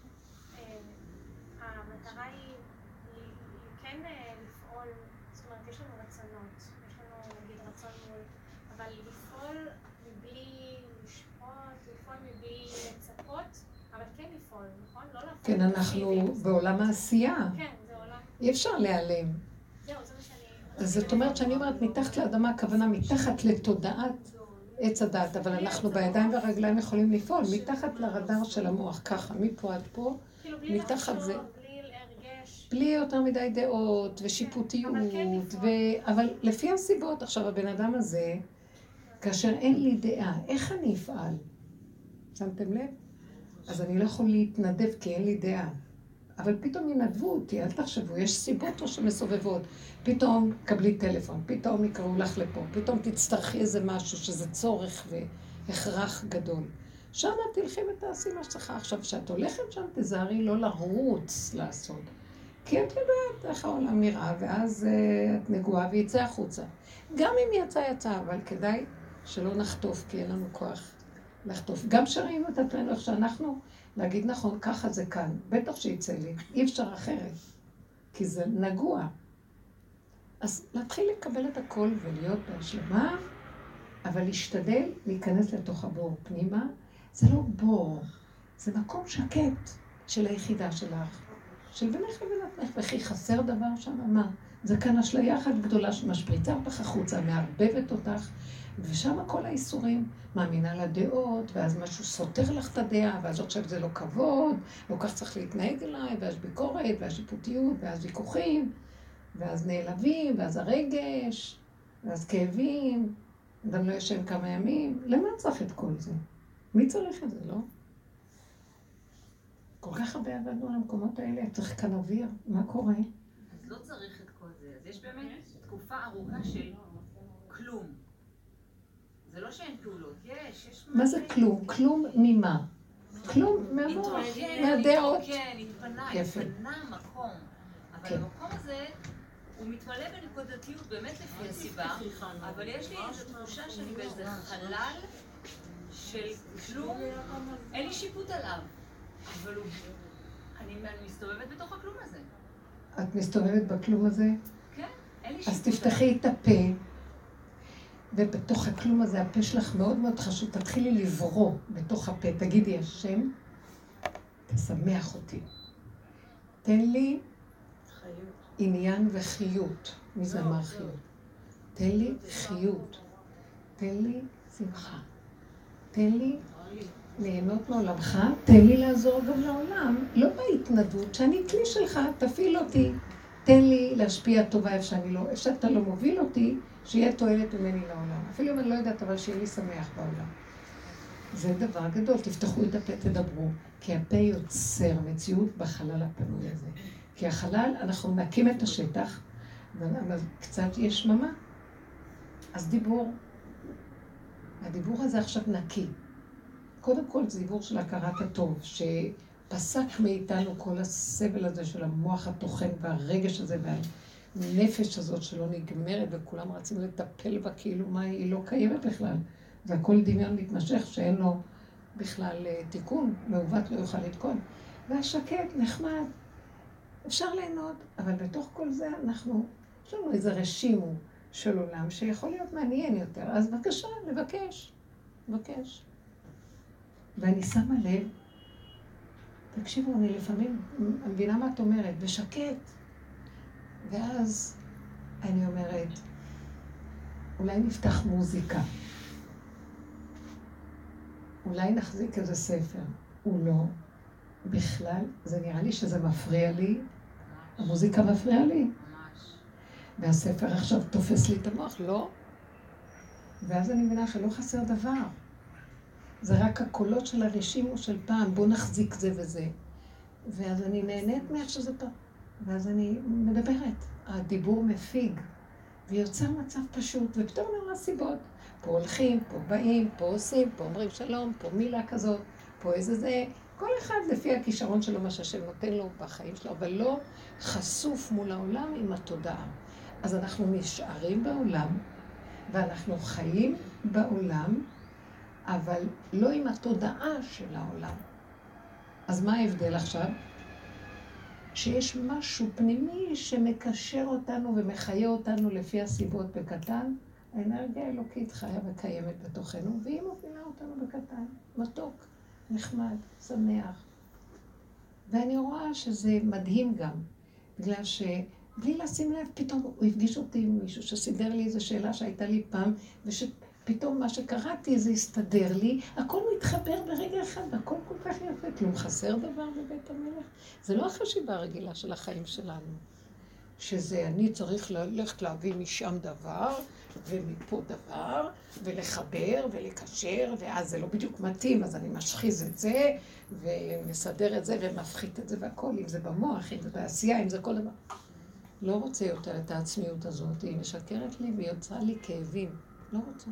המטרה היא כן לפעול, זאת אומרת, יש לנו רצונות, יש לנו נגיד רצון מול, אבל לפעול מבלי לשפוט, לפעול מבלי לצפות, אבל כן לפעול, נכון? לא להפעול. כן, אנחנו בעולם העשייה. כן, זה עולם. אי אפשר להיעלם. זהו, זה מה שאני... אז זאת אומרת שאני אומרת, מתחת לאדמה, הכוונה מתחת לתודעת עץ הדת, אבל אנחנו בידיים והרגליים יכולים לפעול, מתחת לרדאר של המוח, ככה, מפה עד פה, מתחת זה. בלי יותר מדי דעות ושיפוטיות, אבל לפי הסיבות, עכשיו הבן אדם הזה, כאשר אין לי דעה, איך אני אפעל? שמתם לב? אז אני לא יכול להתנדב כי אין לי דעה. אבל פתאום ינדבו אותי, אל תחשבו, יש סיבות או שמסובבות. פתאום קבלי טלפון, פתאום יקראו לך לפה, פתאום תצטרכי איזה משהו שזה צורך והכרח גדול. שם תלכי ותעשי מה שצריכה. עכשיו, כשאת הולכת שם, תזהרי לא לרוץ לעשות. כי את יודעת איך העולם נראה, ואז uh, את נגועה ויצא החוצה. גם אם יצא, יצא, אבל כדאי שלא נחטוף, כי אין לנו כוח לחטוף. גם שראינו את עצמנו איך שאנחנו, להגיד נכון, ככה זה כאן. בטח שיצא לי, אי אפשר אחרת. כי זה נגוע. אז להתחיל לקבל את הכל ולהיות בהשלמה, אבל להשתדל להיכנס לתוך הבור פנימה. זה לא בור, זה מקום שקט של היחידה שלך. של בינך לבין עצמך, וכי חסר דבר שם, מה? זה כאן אשליה אחת גדולה שמשפריצה אותך החוצה, מערבבת אותך, ושם כל האיסורים, מאמינה לדעות, ואז משהו סותר לך את הדעה, ואז עכשיו זה לא כבוד, לא כך צריך להתנהג אליי, ואז ביקורת, ואז שיפוטיות, ואז ויכוחים, ואז נעלבים, ואז הרגש, ואז כאבים, אדם לא ישן כמה ימים. למה צריך את כל זה? מי צריך את זה, לא? כל כך הרבה עבדנו על המקומות האלה, צריך כאן אוויר, מה קורה? אז לא צריך את כל זה, אז יש באמת תקופה ארוכה של כלום. זה לא שאין פעולות, יש, יש... מה זה כלום? כלום ממה? כלום, מהמוח, מהדעות. כן, התפנה, התפנה מקום. אבל המקום הזה, הוא מתמלא בנקודתיות, באמת לפי הסיבה, אבל יש לי איזו תחושה שאני באיזה חלל של כלום, אין לי שיפוט עליו, אבל הוא... אני מסתובבת בתוך הכלום הזה. את מסתובבת בכלום הזה? כן, אין לי שיפוט עליו. אז תפתחי את הפה, ובתוך הכלום הזה, הפה שלך מאוד מאוד חשוב, תתחילי לברוא בתוך הפה, תגידי, השם, תשמח אותי. תן לי עניין וחיות. מי זה אמר חיות? תן לי חיות. תן לי שמחה. תן לי ליהנות מעולמך, תן לי לעזור גם לעולם, לא בהתנדבות, שאני כלי שלך, תפעיל אותי. תן לי להשפיע טובה איפה שאני לא, איפה שאתה לא מוביל אותי, שיהיה תועלת ממני לעולם. אפילו אם אני לא יודעת, אבל שיהיה לי שמח בעולם. זה דבר גדול, תפתחו את הפה, תדברו, כי הפה יוצר מציאות בחלל הפנוי הזה. כי החלל, אנחנו נקים את השטח, אבל קצת יש שממה. אז דיבור. הדיבור הזה עכשיו נקי. קודם כל זה דיבור של הכרת הטוב, שפסק מאיתנו כל הסבל הזה של המוח התוכן והרגש הזה והנפש הזאת שלא נגמרת וכולם רצים לטפל בה כאילו מה היא לא קיימת בכלל. זה הכל דמיון מתמשך שאין לו בכלל תיקון, מעוות לא יוכל לתקון. והשקט, נחמד, אפשר ליהנות, אבל בתוך כל זה אנחנו, יש לנו איזה רשימו של עולם שיכול להיות מעניין יותר, אז בבקשה, לבקש, לבקש. ואני שמה לב, תקשיבו, אני לפעמים מבינה מה את אומרת, בשקט. ואז אני אומרת, אולי נפתח מוזיקה. אולי נחזיק איזה ספר. הוא לא. בכלל, זה נראה לי שזה מפריע לי. המוזיקה מפריעה לי. והספר עכשיו תופס לי את המוח, לא? ואז אני מבינה שלא חסר דבר. זה רק הקולות של הרשימו של פעם, בוא נחזיק זה וזה. ואז אני נהנית מאיך שזה פעם. ואז אני מדברת. הדיבור מפיג. ויוצר מצב פשוט, ופתאום אני רואה סיבות. פה הולכים, פה באים, פה עושים, פה אומרים שלום, פה מילה כזאת, פה איזה זה. כל אחד לפי הכישרון שלו, מה שהשם נותן לו בחיים שלו, אבל לא חשוף מול העולם עם התודעה. אז אנחנו נשארים בעולם, ואנחנו חיים בעולם, אבל לא עם התודעה של העולם. אז מה ההבדל עכשיו? שיש משהו פנימי שמקשר אותנו ומחיה אותנו לפי הסיבות בקטן, האנרגיה האלוקית חיה וקיימת בתוכנו, והיא מובילה אותנו בקטן, מתוק, נחמד, שמח. ואני רואה שזה מדהים גם, בגלל שבלי לשים לב, פתאום הוא הפגיש אותי עם מישהו שסידר לי איזו שאלה שהייתה לי פעם, ושפתאום מה שקראתי זה הסתדר לי, הכל מתחבר ברגע אחד, והכל כל כך יפה, כלום חסר דבר בבית המלך. זה לא החשיבה הרגילה של החיים שלנו, שזה אני צריך ללכת להביא משם דבר, ומפה דבר, ולחבר ולקשר, ואז זה לא בדיוק מתאים, אז אני משחיז את זה, ומסדר את זה, ומפחית את זה, והכל, אם זה במוח, אם זה בעשייה, אם זה כל דבר. לא רוצה יותר את העצמיות הזאת, היא משקרת לי ויוצרה לי כאבים. לא רוצה.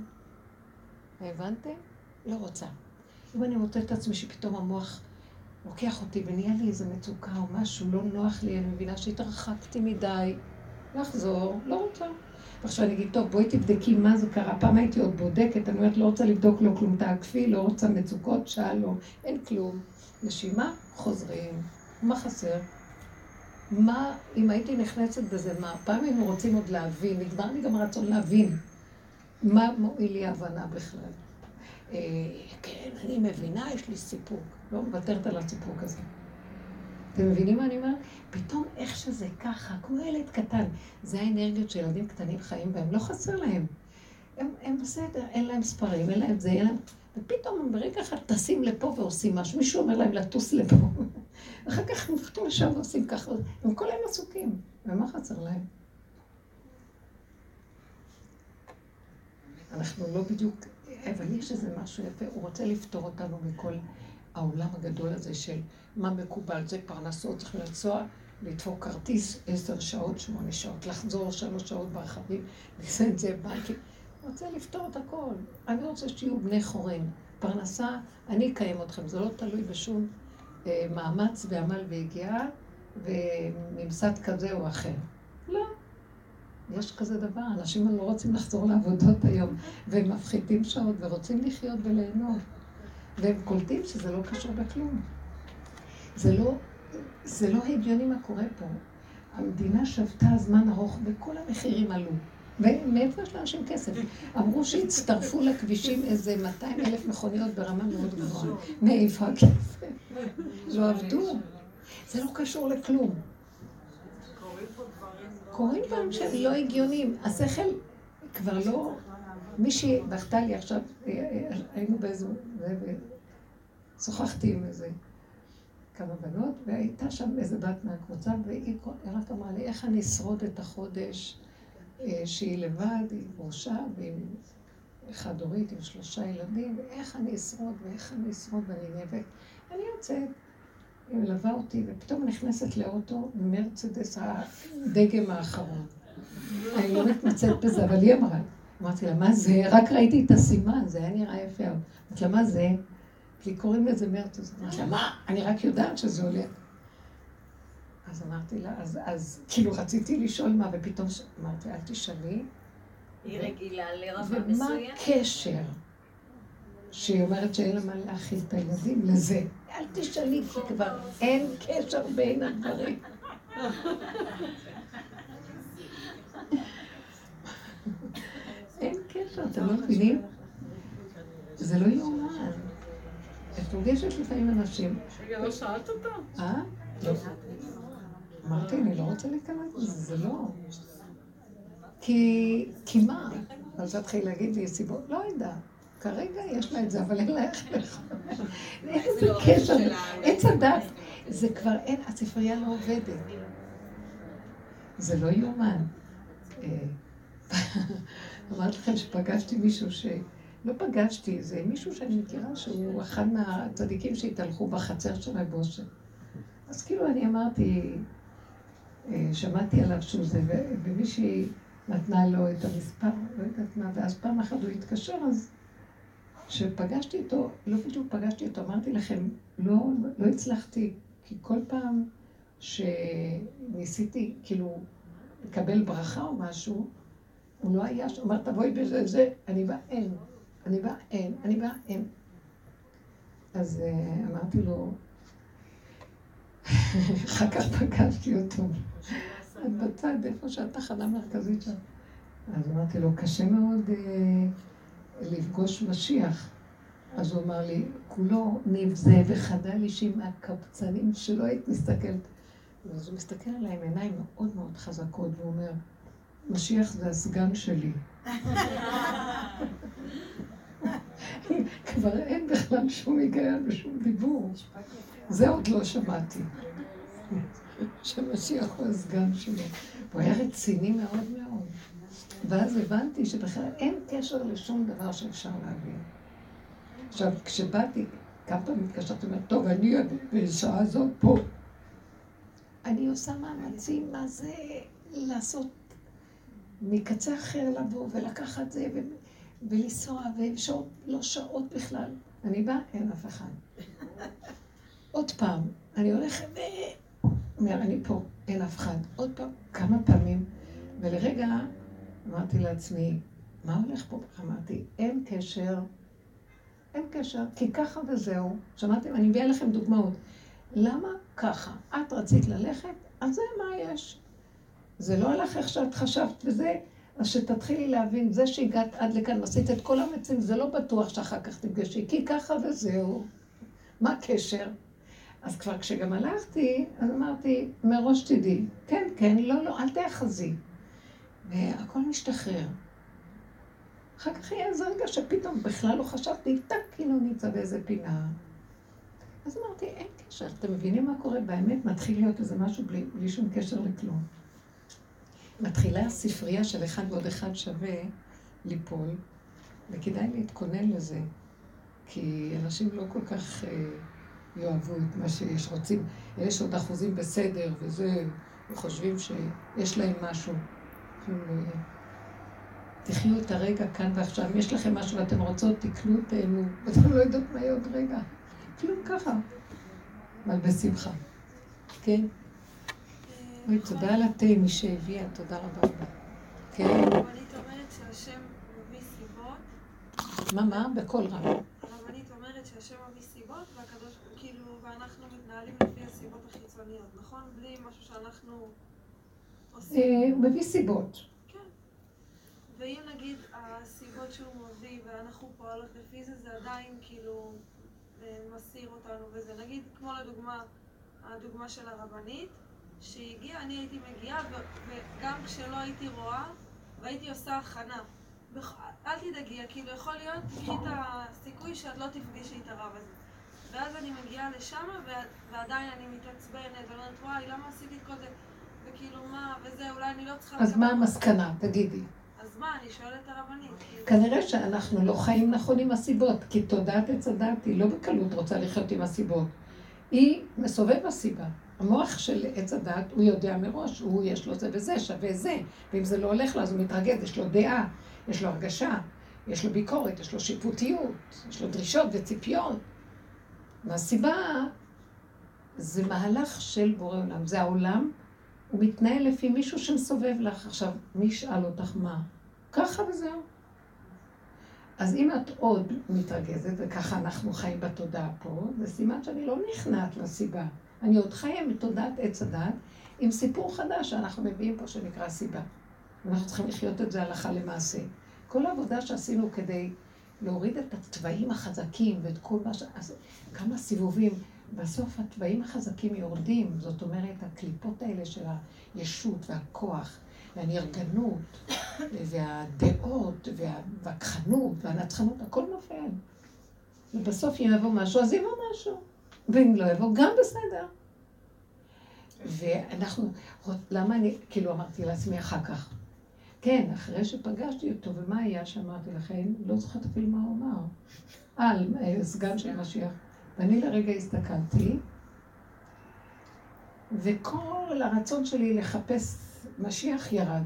הבנתם? לא רוצה. אם אני מוצאת את עצמי שפתאום המוח לוקח אותי ונהיה לי איזו מצוקה או משהו, לא נוח לי, אני מבינה שהתרחקתי מדי, לחזור, לא רוצה. ועכשיו אני אגיד, טוב, בואי תבדקי מה זה קרה. פעם הייתי עוד בודקת, אני אומרת, לא רוצה לבדוק לו כלום, תעקפי, לא רוצה מצוקות, שלום, אין כלום. נשימה, חוזרים. מה חסר? מה, אם הייתי נכנסת בזה, מה? פעם היינו רוצים עוד להבין, נגמר לי גם הרצון להבין. מה מועיל לי ההבנה בכלל? אה, כן, אני מבינה, יש לי סיפוק. לא מוותרת על הסיפוק הזה. אתם מבינים מה אני אומרת? פתאום איך שזה ככה, כמו ילד קטן. זה האנרגיות שילדים קטנים חיים בהם, לא חסר להם. הם, הם בסדר, אין להם ספרים, אין להם זה, אין להם... ופתאום הם ברגע אחד טסים לפה ועושים משהו, מישהו אומר להם לטוס לפה. אחר כך הם נפתו לשם ועושים ככה, הם כל הם עסוקים. ומה חסר להם? אנחנו לא בדיוק... אבל יש איזה משהו יפה, הוא רוצה לפתור אותנו מכל העולם הגדול הזה של מה מקובל, זה פרנסות, צריך לנסוע, לדפוק כרטיס עשר שעות, שמונה שעות, לחזור שלוש שעות ברחבים, לנסוע את זה בנקים. הוא רוצה לפתור את הכל. אני רוצה שיהיו בני חורין, פרנסה, אני אקיים אתכם, זה לא תלוי בשום אה, מאמץ ועמל והגיעה וממסד כזה או אחר. לא. יש כזה דבר, אנשים לא רוצים לחזור לעבודות היום, והם מפחיתים שעות ורוצים לחיות וליהנות. והם קולטים שזה לא קשור בכלום. זה לא, זה לא הגיוני מה קורה פה. המדינה שבתה זמן ארוך וכל המחירים עלו. ומאיפה יש לאנשים כסף? אמרו שהצטרפו לכבישים איזה מאתיים אלף מכוניות ברמה מאוד גבוהה. מאיפה הכסף? לא עבדו. זה לא קשור לכלום. קוראים דברים שהם לא הגיוניים. השכל כבר לא... מישהי בכתה לי עכשיו, היינו באיזה... שוחחתי עם איזה כמה בנות, והייתה שם איזה בת מהקבוצה, והיא רק אמרה לי, איך אני אשרוד את החודש שהיא לבד, היא גרושה, והיא חד-הורית עם שלושה ילדים, ואיך אני אשרוד, ואיך אני אשרוד, ואני נאבק. אני יוצאת, היא מלווה אותי, ופתאום נכנסת לאוטו מרצדס הדגם האחרון. אני לא מתמצאת בזה, אבל היא אמרה, אמרתי לה, מה זה? רק ראיתי את הסימן, זה היה נראה יפה. אמרתי לה, מה זה? כי קוראים לזה מרצדס. אמרתי לה, מה? אני רק יודעת שזה עולה. אז אמרתי לה, אז, אז כאילו רציתי לשאול מה, ופתאום אמרתי, אל תשאלי. היא רגילה לרמה מסוים. ומה הקשר שהיא אומרת שאין לה מה להכיל את הילדים לזה? אל תשאלי, כי כבר אין קשר בין הדברים. אין קשר, אתם לא מבינים? זה לא יאומן. את פוגשת לפעמים אנשים. רגע, לא שאלת אותה? אה? לא. אמרתי, אני לא רוצה להיכנס לזה, זה לא. כי... כי מה? אז תתחיל להגיד לי סיבות? לא יודע. כרגע יש לה את זה, אבל אין לה איך לך. איזה קשר. עץ הדת. זה כבר אין, הספרייה לא עובדת. זה לא יאומן. אמרתי לכם שפגשתי מישהו ש... לא פגשתי, זה מישהו שאני מכירה שהוא אחד מהצדיקים שהתהלכו בחצר של הבושת. אז כאילו אני אמרתי, שמעתי עליו שהוא זה, ומישהי נתנה לו את המספר, לא יודעת מה, ואז פעם אחת הוא התקשר, אז כשפגשתי איתו, לא בדיוק פגשתי אותו, אמרתי לכם, לא, לא הצלחתי, כי כל פעם שניסיתי, כאילו, לקבל ברכה או משהו, הוא לא היה, הוא אמר, תבואי בזה, זה, אני בא, אין, אני בא, אין, אני בא, אין. אז uh, אמרתי לו, אחר כך פגשתי אותו, בצד, איפה שהתחנה המרכזית שם. אז אמרתי לו, קשה מאוד uh, לפגוש משיח. אז הוא אמר לי, כולו נבזה וחדל אישי מהקבצנים שלא היית מסתכלת. אז הוא מסתכל עליי עם עיניים מאוד מאוד חזקות, והוא אומר, משיח זה הסגן שלי. כבר אין בכלל שום היגיון ושום דיבור. זה עוד לא שמעתי. שמשיח הוא הסגן שלי. הוא היה רציני מאוד מאוד. ואז הבנתי שבכלל אין קשר לשום דבר שאפשר להבין. עכשיו, כשבאתי, כמה פעמים התקשרתי, אומרת, טוב, אני בשעה הזאת פה. אני עושה מאמצים, מה זה לעשות מקצה אחר לבוא ולקחת זה ו... ולנסוע ושעות, לא שעות בכלל. אני באה, אין אף אחד. עוד פעם, אני הולכת ו... אומר, אני פה, אין אף אחד. עוד פעם, כמה פעמים, ולרגע אמרתי לעצמי, מה הולך פה? אמרתי, אין קשר, אין קשר, כי ככה וזהו. שמעתם? אני מביאה לכם דוגמאות. למה ככה? את רצית ללכת? אז זה מה יש. זה לא הלך איך שאת חשבת וזה, אז שתתחילי להבין, זה שהגעת עד לכאן, עשית את כל המצים, זה לא בטוח שאחר כך תפגשי, כי ככה וזהו. מה הקשר? אז כבר כשגם הלכתי, אז אמרתי, מראש תדעי, כן, כן, לא, לא, אל תאחזי. והכל משתחרר. אחר כך יהיה איזה רגע שפתאום בכלל לא חשבתי, טק, כאילו נמצא באיזה פינה. אז אמרתי, אין קשר, אתם מבינים מה קורה? באמת מתחיל להיות איזה משהו בלי, בלי שום קשר לכלום. מתחילה הספרייה של אחד ועוד אחד שווה ליפול, וכדאי להתכונן לזה, כי אנשים לא כל כך אה, יאהבו את מה שיש, רוצים, יש עוד אחוזים בסדר וזה, וחושבים שיש להם משהו. לא יהיה. תחיו את הרגע כאן ועכשיו. אם יש לכם משהו ואתם רוצות, תקנו, תהנו. ואתם לא יודעות מה יהיה עוד רגע. כלום ככה. אבל בשמחה. כן? אוי, תודה על התה, מי שהביאה, תודה רבה רבה. כן? הרבנית אומרת שהשם מביא סיבות. מה, מה? בכל רב. הרבנית אומרת שהשם מביא סיבות, והקדוש, כאילו, ואנחנו מתנהלים לפי הסיבות החיצוניות, נכון? בלי משהו שאנחנו עושים. הוא מביא סיבות. כן. ואם נגיד הסיבות שהוא מביא ואנחנו פועלות לפי זה, זה עדיין כאילו מסיר אותנו וזה. נגיד, כמו לדוגמה, הדוגמה של הרבנית, שהיא הגיעה, אני הייתי מגיעה, וגם כשלא הייתי רואה, והייתי עושה הכנה. אל תדאגי, כאילו יכול להיות, תקחי את הסיכוי שאת לא תפגשי את הרב הזה. ואז אני מגיעה לשם, ועדיין אני מתעצבנת, ואומרת, וואי, למה עשיתי את כל זה? וכאילו מה, וזה, אולי אני לא צריכה... אז מה המסקנה? תגידי. אז מה, אני שואלת את הרבנית. כנראה שאנחנו לא חיים נכון עם הסיבות, כי תודעת עץ הדת היא לא בקלות רוצה לחיות עם הסיבות. היא מסובב הסיבה. המוח של עץ הדת, הוא יודע מראש, הוא יש לו זה וזה, שווה זה, ואם זה לא הולך לו, אז הוא מתרגז, יש לו דעה, יש לו הרגשה, יש לו ביקורת, יש לו שיפוטיות, יש לו דרישות וציפיות. והסיבה זה מהלך של בורא עולם, זה העולם, הוא מתנהל לפי מישהו שמסובב לך. עכשיו, מי ישאל אותך מה? ככה וזהו. אז אם את עוד מתרגזת, וככה אנחנו חיים בתודעה פה, זה סימן שאני לא נכנעת לסיבה. אני עוד חיה מתודעת עץ הדת, עם סיפור חדש שאנחנו מביאים פה שנקרא סיבה. ואנחנו צריכים לחיות את זה הלכה למעשה. כל העבודה שעשינו כדי להוריד את התוואים החזקים ואת כל מה ש... אז כמה סיבובים, בסוף התוואים החזקים יורדים, זאת אומרת, הקליפות האלה של הישות והכוח, והנרגנות, והדעות, והווכחנות, והנצחנות, הכל נופל. ובסוף אם יבוא משהו, אז יבוא משהו. ואם לא יבוא, גם בסדר. ואנחנו, למה אני, כאילו אמרתי לעצמי אחר כך, כן, אחרי שפגשתי אותו, ומה היה שאמרתי לכם, לא זוכרת אפילו מה הוא אמר. על סגן של משיח. ואני לרגע הסתכלתי, וכל הרצון שלי לחפש משיח ירד.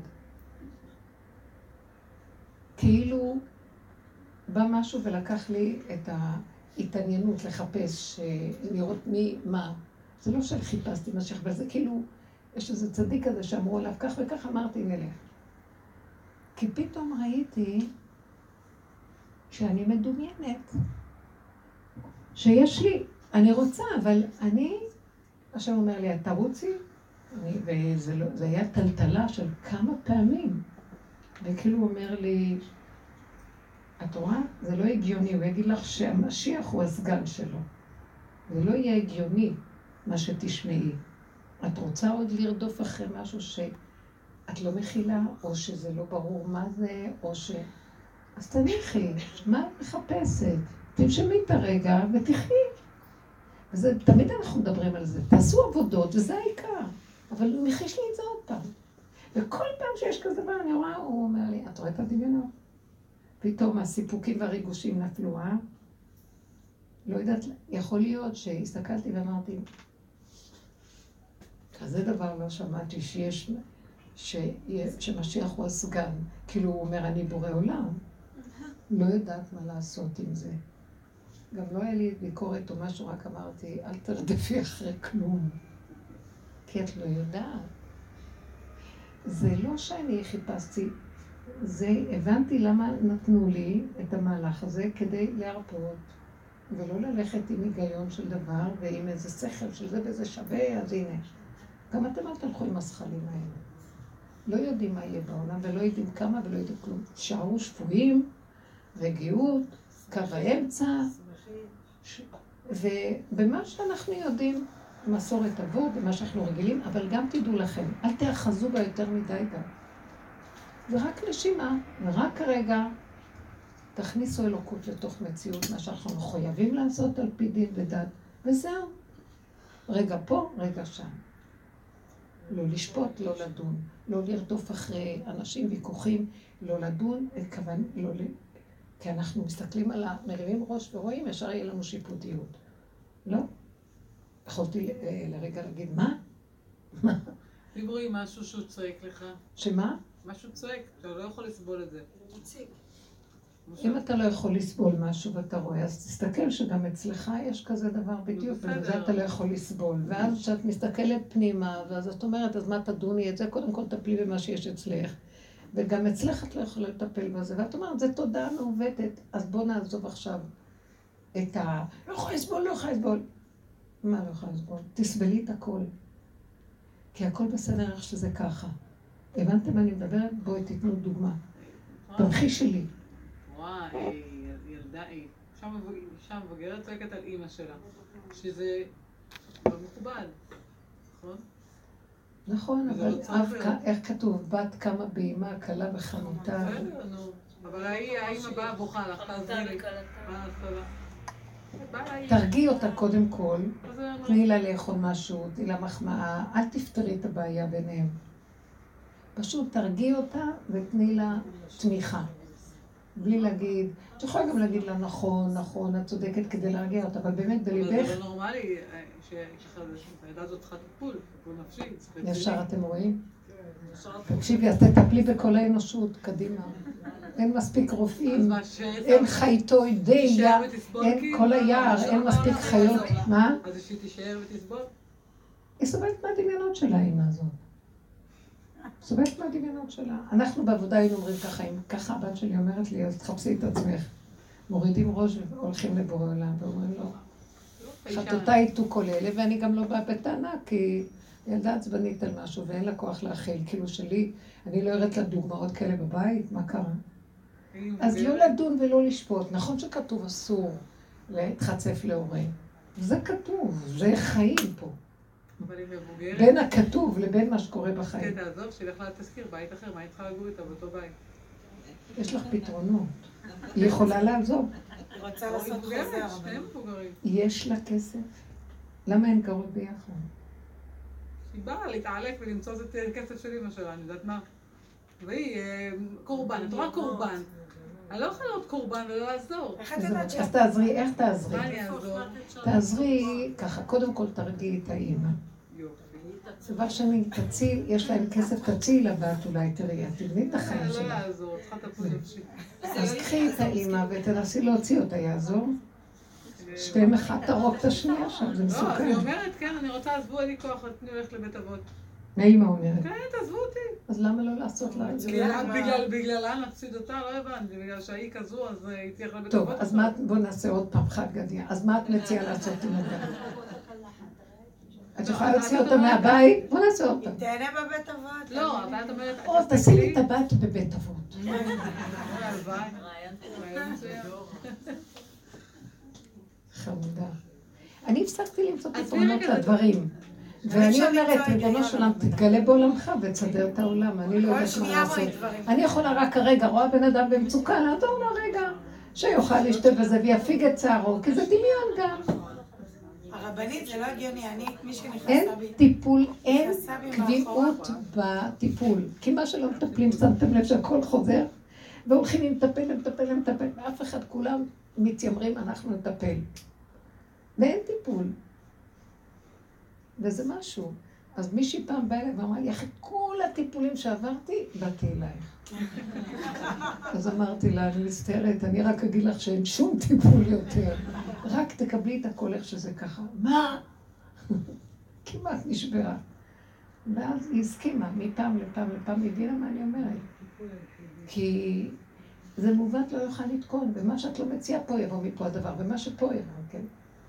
כאילו בא משהו ולקח לי את ההתעניינות לחפש, לראות מי, מה. זה לא שחיפשתי משיח, אבל זה כאילו, יש איזה צדיק כזה שאמרו עליו, כך וכך אמרתי נלך. כי פתאום ראיתי שאני מדומיינת, שיש לי, אני רוצה, אבל אני, השם אומר לי, אתה רוצי? וזה לא, זה היה טלטלה של כמה פעמים. וכאילו הוא אומר לי, את רואה? זה לא הגיוני, הוא יגיד לך שהמשיח הוא הסגן שלו. זה לא יהיה הגיוני מה שתשמעי. את רוצה עוד לרדוף אחרי משהו שאת לא מכילה, או שזה לא ברור מה זה, או ש... אז תניחי, מה את מחפשת? תנשמי את הרגע ותחי. וזה, תמיד אנחנו מדברים על זה. תעשו עבודות, וזה העיקר. אבל הוא מחיש לי את זה עוד פעם. וכל פעם שיש כזה דבר, אני רואה, הוא אומר לי, את רואה את הדמיונות? פתאום הסיפוקים והריגושים נפלו, אה? לא יודעת, יכול להיות שהסתכלתי ואמרתי, כזה דבר לא שמעתי שיש, ש... שמשיח הוא הסגן. כאילו הוא אומר, אני בורא עולם. לא יודעת מה לעשות עם זה. גם לא היה לי ביקורת או משהו, רק אמרתי, אל תרדפי אחרי כלום. כי את לא יודעת. זה לא שאני חיפשתי, זה הבנתי למה נתנו לי את המהלך הזה כדי להרפות, ולא ללכת עם היגיון של דבר ועם איזה שכל של זה וזה שווה, אז הנה. גם אתם אל תלכו עם השכלים האלה. לא יודעים מה יהיה בעולם ולא יודעים כמה ולא יודעים כלום. שערו שפויים, רגיעות, קו האמצע, ש... ובמה שאנחנו יודעים, מסורת אבות, במה שאנחנו רגילים, אבל גם תדעו לכם, אל תאחזו בה יותר מדי גם. זה רק נשימה, ורק כרגע תכניסו אלוקות לתוך מציאות, מה שאנחנו מחויבים לעשות על פי דין ודת, וזהו. רגע פה, רגע שם. לא לשפוט, לא לדון, לא לרדוף אחרי אנשים ויכוחים, לא לדון, כוון, לא ל... כי אנחנו מסתכלים על המרימים ראש ורואים, ישר יהיה לנו שיפוטיות. לא? יכולתי לרגע להגיד, מה? מה? אם רואים משהו שהוא צועק לך. שמה? משהו צועק, אתה לא יכול לסבול את זה. אם אתה לא יכול לסבול משהו ואתה רואה, אז תסתכל שגם אצלך יש כזה דבר בדיוק, ובזה אתה לא יכול לסבול. ואז כשאת מסתכלת פנימה, ואז את אומרת, אז מה תדוני את זה? קודם כל תפלי במה שיש אצלך. וגם אצלך את לא יכולה לטפל בזה. ואת אומרת, זה תודעה מעוותת, אז בוא נעזוב עכשיו את ה... לא יכולה לסבול, לא יכולה לסבול. מה לא יכולה לסבול? תסבלי את הכל. כי הכל בסדר איך שזה ככה. הבנתם מה אני מדברת? בואי תתנו דוגמה. תמחיש שלי. וואי, ילדה, היא אישה מבוגרת צועקת על אימא שלה, שזה לא מכובד, נכון? נכון, אבל איך כתוב? בת כמה באימה, קלה בחנותה. בסדר, נו. אבל האימא באה בוכה לך, תעזרי לי. מה עשה לה? תרגיעי אותה קודם כל, תני לה לאכול משהו, תני לה מחמאה, אל תפתרי את הבעיה ביניהם. פשוט תרגיעי אותה ותני לה תמיכה. בלי להגיד, את יכולה גם להגיד לה נכון, נכון, את צודקת כדי להרגיע אותה, אבל באמת בליבך... אבל זה לא נורמלי שהילדה הזאת צריכה טיפול, טיפול נפשי. ישר אתם רואים? תקשיבי, אז תטפלי בכל האנושות, קדימה. אין מספיק רופאים, אין חייתו דיה, אין כל היער, אין מספיק חיות. מה? אז שהיא תישאר ותסבול? היא סובלת מהדמיונות שלה, האמא הזאת. סובלת מהדמיונות שלה. אנחנו בעבודה היינו אומרים ככה, אם ככה הבת שלי אומרת לי, אז תחפשי את עצמך. מורידים ראש והולכים לבורא עולם, ואומרים לו, חטאותה איתו כל אלה, ואני גם לא באה בטענה, כי ילדה עצבנית על משהו, ואין לה כוח להכיל. כאילו שלי, אני לא אראת לה דוגמאות כאלה בבית, מה קרה? אז לא לדון ולא לשפוט. נכון שכתוב אסור להתחצף להורה. זה כתוב, זה חיים פה. בין הכתוב לבין מה שקורה בחיים. כן, תעזוב, שילך לה תזכיר, בית אחר, מה היא צריכה לגור איתה באותו בית? יש לך פתרונות. היא יכולה לעזוב. היא רוצה לעשות חוזר. יש לה כסף. למה הן גרות ביחד? היא באה להתעלק ולמצוא את הכסף של אמא שלה, אני יודעת מה? והיא קורבן, את רואה קורבן. אני לא יכולה להיות קורבן ולא לעזור. אז תעזרי, איך תעזרי? מה אני אעזור? תעזרי, ככה, קודם כל תרגיעי את האמא. דבר שני, תציל, יש להם כסף, תציל לבת אולי, תראי, תבני את החיים לא שלה. יעזור, צריכה תפול נפשי. אז קחי את האמא ותנסי להוציא אותה, יעזור? שתיהם אחד תרוג את השנייה שם, זה מסוכן. לא, אז היא אומרת, כן, אני רוצה, עזבו, אין לי כוח, תני הולכת לבית אבות. מה אמא אומרת? כן, תעזבו אותי. אז למה לא לעשות לה את זה? בגללה נפסיד אותה, לא הבנתי, בגלל שהיא כזו, אז היא תלך לבית טוב, אבות. אז בואו נעשה עוד פעם חד גדיה. אז מה את מציעה לעשות עם הגן? את יכולה להוציא אותה מהבית? בוא נעשה עוד פעם. תהנה בבית אבות. לא, אבל את אומרת... או, תשימי את הבת בבית אבות. חמודה. אני הפסקתי למצוא פתרונות לדברים. ואני אומרת, ריבונו של עולם, תתגלה בעולמך ותסדר את העולם. אני לא יודעת מה לעשות. אני יכולה רק כרגע, רואה בן אדם במצוקה, לעזור לו רגע, שיוכל לשתף בזה ויפיג את צערו, כי זה דמיון גם. הרבנית זה לא הגיוני, אני, מי שנכנסה אין בי... טיפול, אין קביעות בטיפול. כי מה שלא מטפלים, שמתם לב שהכל חוזר, והולכים עם מטפל, למטפל, למטפל, ואף אחד, כולם מתיימרים, אנחנו נטפל. ואין טיפול. וזה משהו. אז מישהי פעם באה אליי ואמרה לי, אחרי כל הטיפולים שעברתי, באתי אלייך. אז אמרתי לה, אני מצטערת, אני רק אגיד לך שאין שום טיפול יותר. רק תקבלי את הכל איך שזה ככה. מה? כמעט נשברה. ואז היא הסכימה, מפעם לפעם לפעם, הבינה מה אני אומרת. כי זה מובט לא יוכל לתקון, ומה שאת לא מציעה פה יבוא מפה הדבר, ומה שפה יבוא, כן?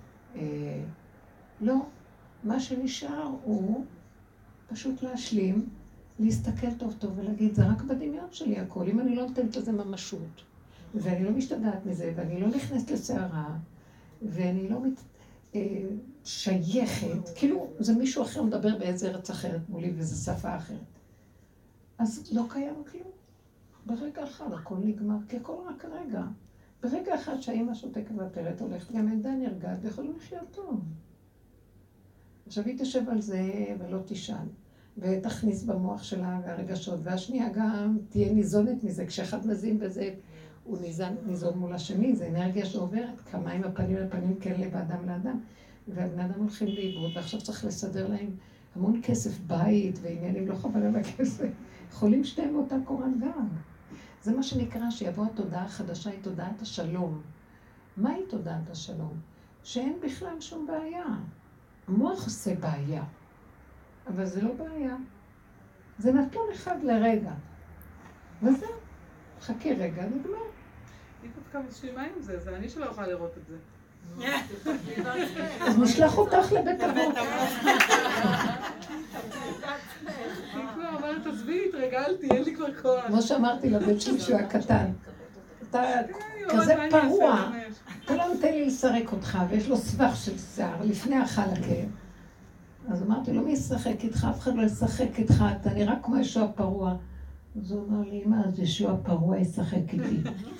לא. מה שנשאר הוא פשוט להשלים, להסתכל טוב טוב ולהגיד, זה רק בדמיון שלי הכל, אם אני לא נותנת לזה ממשות, ואני לא משתגעת מזה, ואני לא נכנסת לסערה, ואני לא מת... אה, שייכת, כאילו זה מישהו אחר מדבר באיזה ארץ אחרת מולי, וזו שפה אחרת. אז לא קיים כלום. ברגע אחד הכל נגמר, כי הכל רק רגע. ברגע אחד שהאמא שותקת והפלט הולכת, גם ילדה נרגעת, ויכולים לחיות טוב. עכשיו היא תשב על זה ולא תשאל, ותכניס במוח שלה והרגשות, והשנייה גם תהיה ניזונת מזה, כשאחד מזין בזה, הוא ניזון, ניזון מול השני, זה אנרגיה שעוברת, כמה עם הפנים לפנים כן לב אדם לאדם, והבני אדם הולכים לאיבוד, ועכשיו צריך לסדר להם המון כסף, בית ועניינים, לא חבל על הכסף, יכולים שתיהם באותה קורת גג. זה מה שנקרא שיבוא התודעה החדשה, היא תודעת השלום. מהי תודעת השלום? שאין בכלל שום בעיה. המוח עושה בעיה, אבל זה לא בעיה. זה נתון אחד לרגע. וזהו, חכי רגע, נגמר. היא דווקא משלימה עם זה, זה אני שלא יכולה לראות את זה. אז נשלח אותך לבית אבות. היא כבר אומרת, עזבי, התרגלתי, אין לי כבר כוח. כמו שאמרתי לבית שלי שהוא הקטן. אתה כזה פרוע, אתה לא נותן לי לסרק אותך, ויש לו סבך של שיער לפני החלקה. אז אמרתי לו, מי ישחק איתך? אף אחד לא ישחק איתך, אתה נראה כמו ישוע פרוע. אז הוא אמר לי, אמא, אז ישוע פרוע ישחק איתי.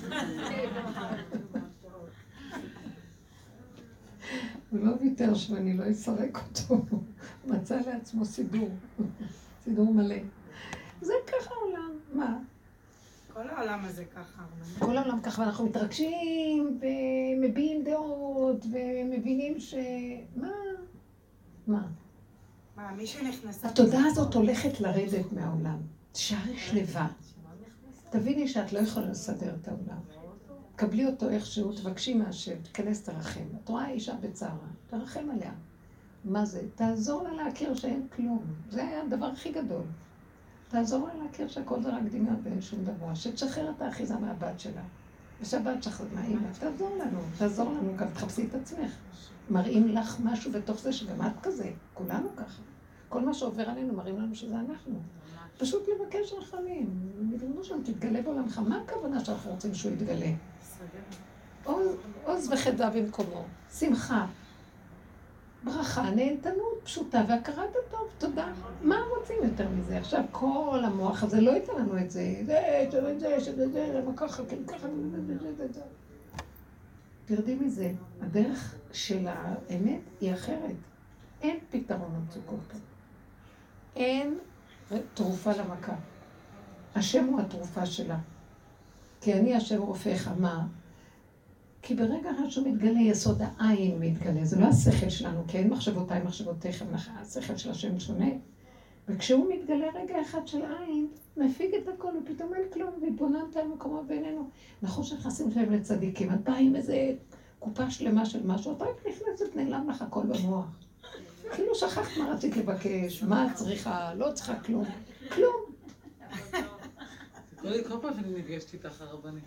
הוא לא ויתר שאני לא אסרק אותו, הוא מצא לעצמו סידור, סידור מלא. זה ככה העולם, מה? כל העולם הזה ככה. כל העולם ככה, ואנחנו מתרגשים ומביעים דעות ומבינים ש... מה? מה? מה, מי שנכנסה... התודעה הזאת הולכת לרדת מהעולם. שערי שלווה. תביני שאת לא יכולה לסדר את העולם. קבלי אותו איכשהו, תבקשי מהשם, תכנס תרחם. את רואה אישה בצערה, תרחם עליה. מה זה? תעזור לה להכיר שאין כלום. זה היה הדבר הכי גדול. תעזור לה להכיר שהכל זה רק דמיון ואין שום דבר. שתשחרר את האחיזה מהבת שלה. ושהבת שחרר מהאימא. תעזור לנו, תעזור לנו, גם תחפשי את עצמך. מראים לך משהו בתוך זה שגם את כזה. כולנו ככה. כל מה שעובר עלינו מראים לנו שזה אנחנו. פשוט לבקש רחמים. ריבונו שלנו, תתגלה בעולמך. מה הכוונה שאנחנו רוצים שהוא יתגלה? עוז וחדווה במקומו. שמחה. ברכה, נהנתנות פשוטה והכרת הטוב. תודה. מה רוצים יותר מזה? עכשיו כל המוח הזה לא ייתן לנו את זה. זה, זה, זה, זה, זה, מה ככה, כן, ככה, זה, זה, זה, זה. תרדי מזה. הדרך של האמת היא אחרת. אין פתרון למצוקות פה. אין תרופה למכה. השם הוא התרופה שלה. כי אני השם רופאיך. מה? כי ברגע שהוא מתגלה, יסוד העין מתגלה. זה לא השכל שלנו, כי אין מחשבותיי, מחשבותיכם, השכל של השם שונה. וכשהוא מתגלה רגע אחד של עין, מפיג את הכל, ופתאום אין כלום, והתבוננת על מקומו בינינו. נכון שנכנסים שלהם לצדיקים, את באה עם איזה קופה שלמה של משהו, את רק נכנסת, נעלם לך הכל במוח. כאילו שכחת מה רצית לבקש, מה את צריכה, לא צריכה כלום, כלום. כל פעם שאני נפגשת איתך הרבנית.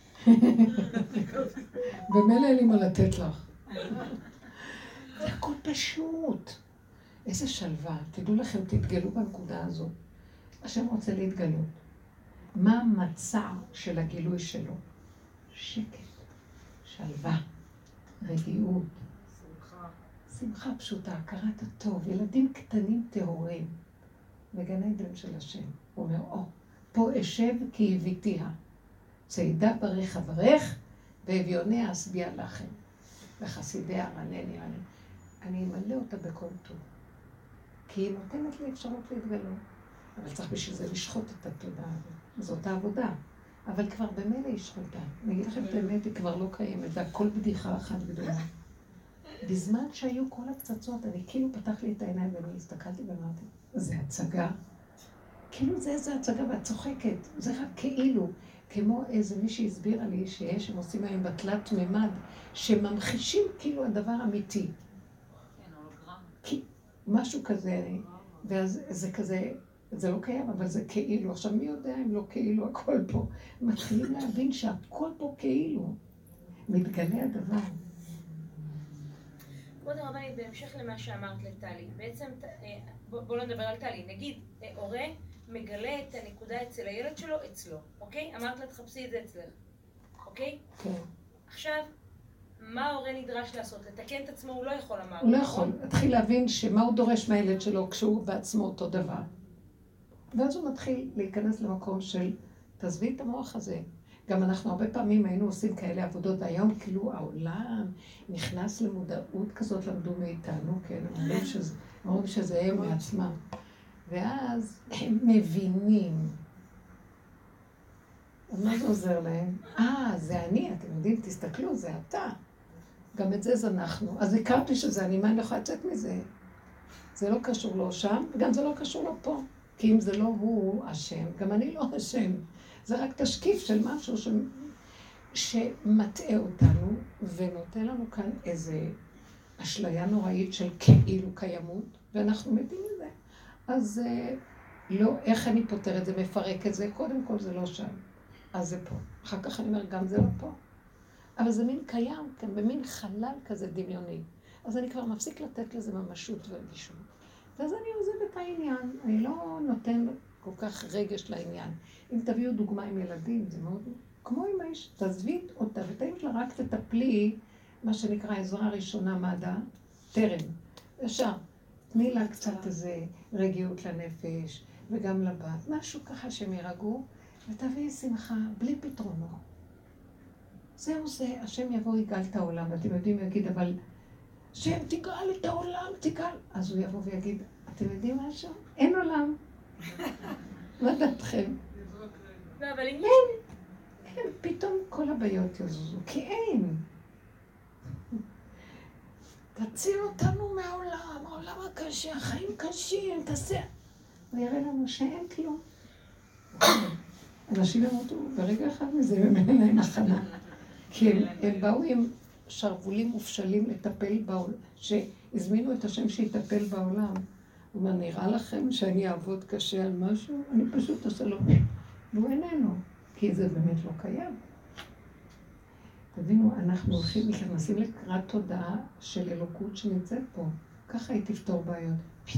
במילא אין לי מה לתת לך. זה הכל פשוט. איזה שלווה. תדעו לכם, תתגלו בנקודה הזו. השם רוצה להתגלות. מה המצע של הגילוי שלו? שקט, שלווה, רגיעות. שמחה פשוטה, הכרת הטוב, ילדים קטנים טהורים, בגן עדן של השם. הוא אומר, או, פה אשב כי הביתיה, צעידה ברך אברך, ואביוניה אשביע לכם, וחסידיה רנני רנני. אני אמלא אותה בכל טוב, כי היא נותנת לי אפשרות להתגלות, אבל צריך בשביל זה לשחוט את התודעה הזאת. זאת העבודה, אבל כבר במילא היא שחוטה. אני אגיד לכם, באמת היא כבר לא קיימת, זה הכל בדיחה אחת גדולה. בזמן שהיו כל הפצצות, אני כאילו פתח לי את העיניים ואני הסתכלתי ואמרתי, זה הצגה. כאילו זה איזה הצגה ואת צוחקת, זה רק כאילו, כמו איזה מי שהסבירה לי שיש, הם עושים היום בתלת ממד, שממחישים כאילו הדבר אמיתי. כן, הולוגרם. כי משהו כזה, ואז זה כזה, זה לא קיים, אבל זה כאילו. עכשיו מי יודע אם לא כאילו הכל פה? מתחילים להבין שהכל פה כאילו. מתגלה הדבר. כבוד הרבנית, בהמשך למה שאמרת לטלי, בעצם, בואו בוא נדבר על טלי, נגיד, הורה מגלה את הנקודה אצל הילד שלו, אצלו, אוקיי? אמרת לה, תחפשי את זה אצלך, אוקיי? כן. עכשיו, מה ההורה נדרש לעשות? לתקן את עצמו הוא לא יכול, אמר. הוא לא יכול. התחיל להבין שמה הוא דורש מהילד שלו כשהוא בעצמו אותו דבר. ואז הוא מתחיל להיכנס למקום של, תעזבי את המוח הזה. גם אנחנו הרבה פעמים היינו עושים כאלה עבודות, והיום כאילו העולם נכנס למודעות כזאת, למדו מאיתנו, כן, אומרים שזה, אומרים שזה הם מעצמם. ואז הם מבינים. אז מה זה עוזר להם? אה, זה אני, אתם יודעים, תסתכלו, זה אתה. גם את זה זנחנו. אז הכרתי שזה אני, מה אני יכולה לצאת מזה? זה לא קשור לו שם, וגם זה לא קשור לו פה. כי אם זה לא הוא אשם, גם אני לא אשם. זה רק תשקיף של משהו ש... שמטעה אותנו ונותן לנו כאן איזה אשליה נוראית של כאילו קיימות, ואנחנו מתים מזה. אז לא, איך אני פותר את זה, מפרק את זה? קודם כל זה לא שם, אז זה פה. אחר כך אני אומר, גם זה לא פה. אבל זה מין קיים, כן, במין חלל כזה דמיוני. אז אני כבר מפסיק לתת לזה ממשות ורגישות. ואז אני עוזב את העניין, אני לא נותן כל כך רגש לעניין. אם תביאו דוגמה עם ילדים, זה מאוד... כמו עם האיש, תעזבי אותה, ותאים שלה רק תטפלי, מה שנקרא עזרה ראשונה מד"א, טרם. ישר, תני לה קצת איזה רגיעות לנפש, וגם לבת, משהו ככה שהם ירגעו, ותביאי שמחה, בלי פתרונות. זהו זה, השם יבוא יגאל את העולם, ואתם יודעים, יגיד, אבל השם תגאל את העולם, תגאל. אז הוא יבוא ויגיד, אתם יודעים משהו? אין עולם. מה דעתכם? לא, אבל אם... אין, אין, פתאום כל הבעיות יזוזו, כי אין. תציל אותנו מהעולם, העולם הקשה, החיים קשים, תעשה. הוא יראה לנו שאין כלום. אנשים ימותו ברגע אחד מזה, ומין להם הכנה. כי הם, הם באו עם שרבולים מופשלים לטפל בעולם, שהזמינו את השם שיטפל בעולם. הוא אומר, נראה לכם שאני אעבוד קשה על משהו? אני פשוט עושה לו. והוא איננו, כי זה באמת לא קיים. תבינו, אנחנו הולכים, נכנסים לקראת תודעה של אלוקות שנמצאת פה. ככה היא תפתור בעיות.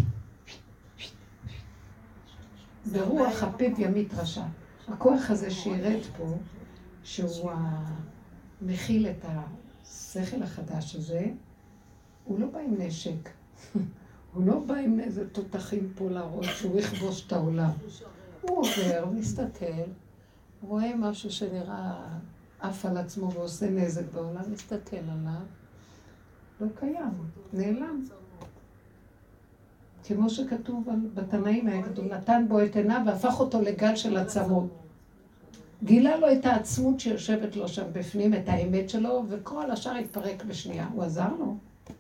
ברוח הפיו ימית רשע. הכוח הזה שירד פה, שהוא מכיל את השכל החדש הזה, הוא לא בא עם נשק. הוא לא בא עם איזה תותחים פה להראות שהוא יכבוש את העולם. הוא עובר, מסתכל, רואה משהו שנראה עף על עצמו ועושה נזק בעולם, מסתכל עליו, לא קיים, נעלם. כמו שכתוב בתנאים היה כתוב, נתן בו את עיניו והפך אותו לגל של עצמות. גילה לו את העצמות שיושבת לו שם בפנים, את האמת שלו, וכל השאר התפרק בשנייה. הוא עזר לו.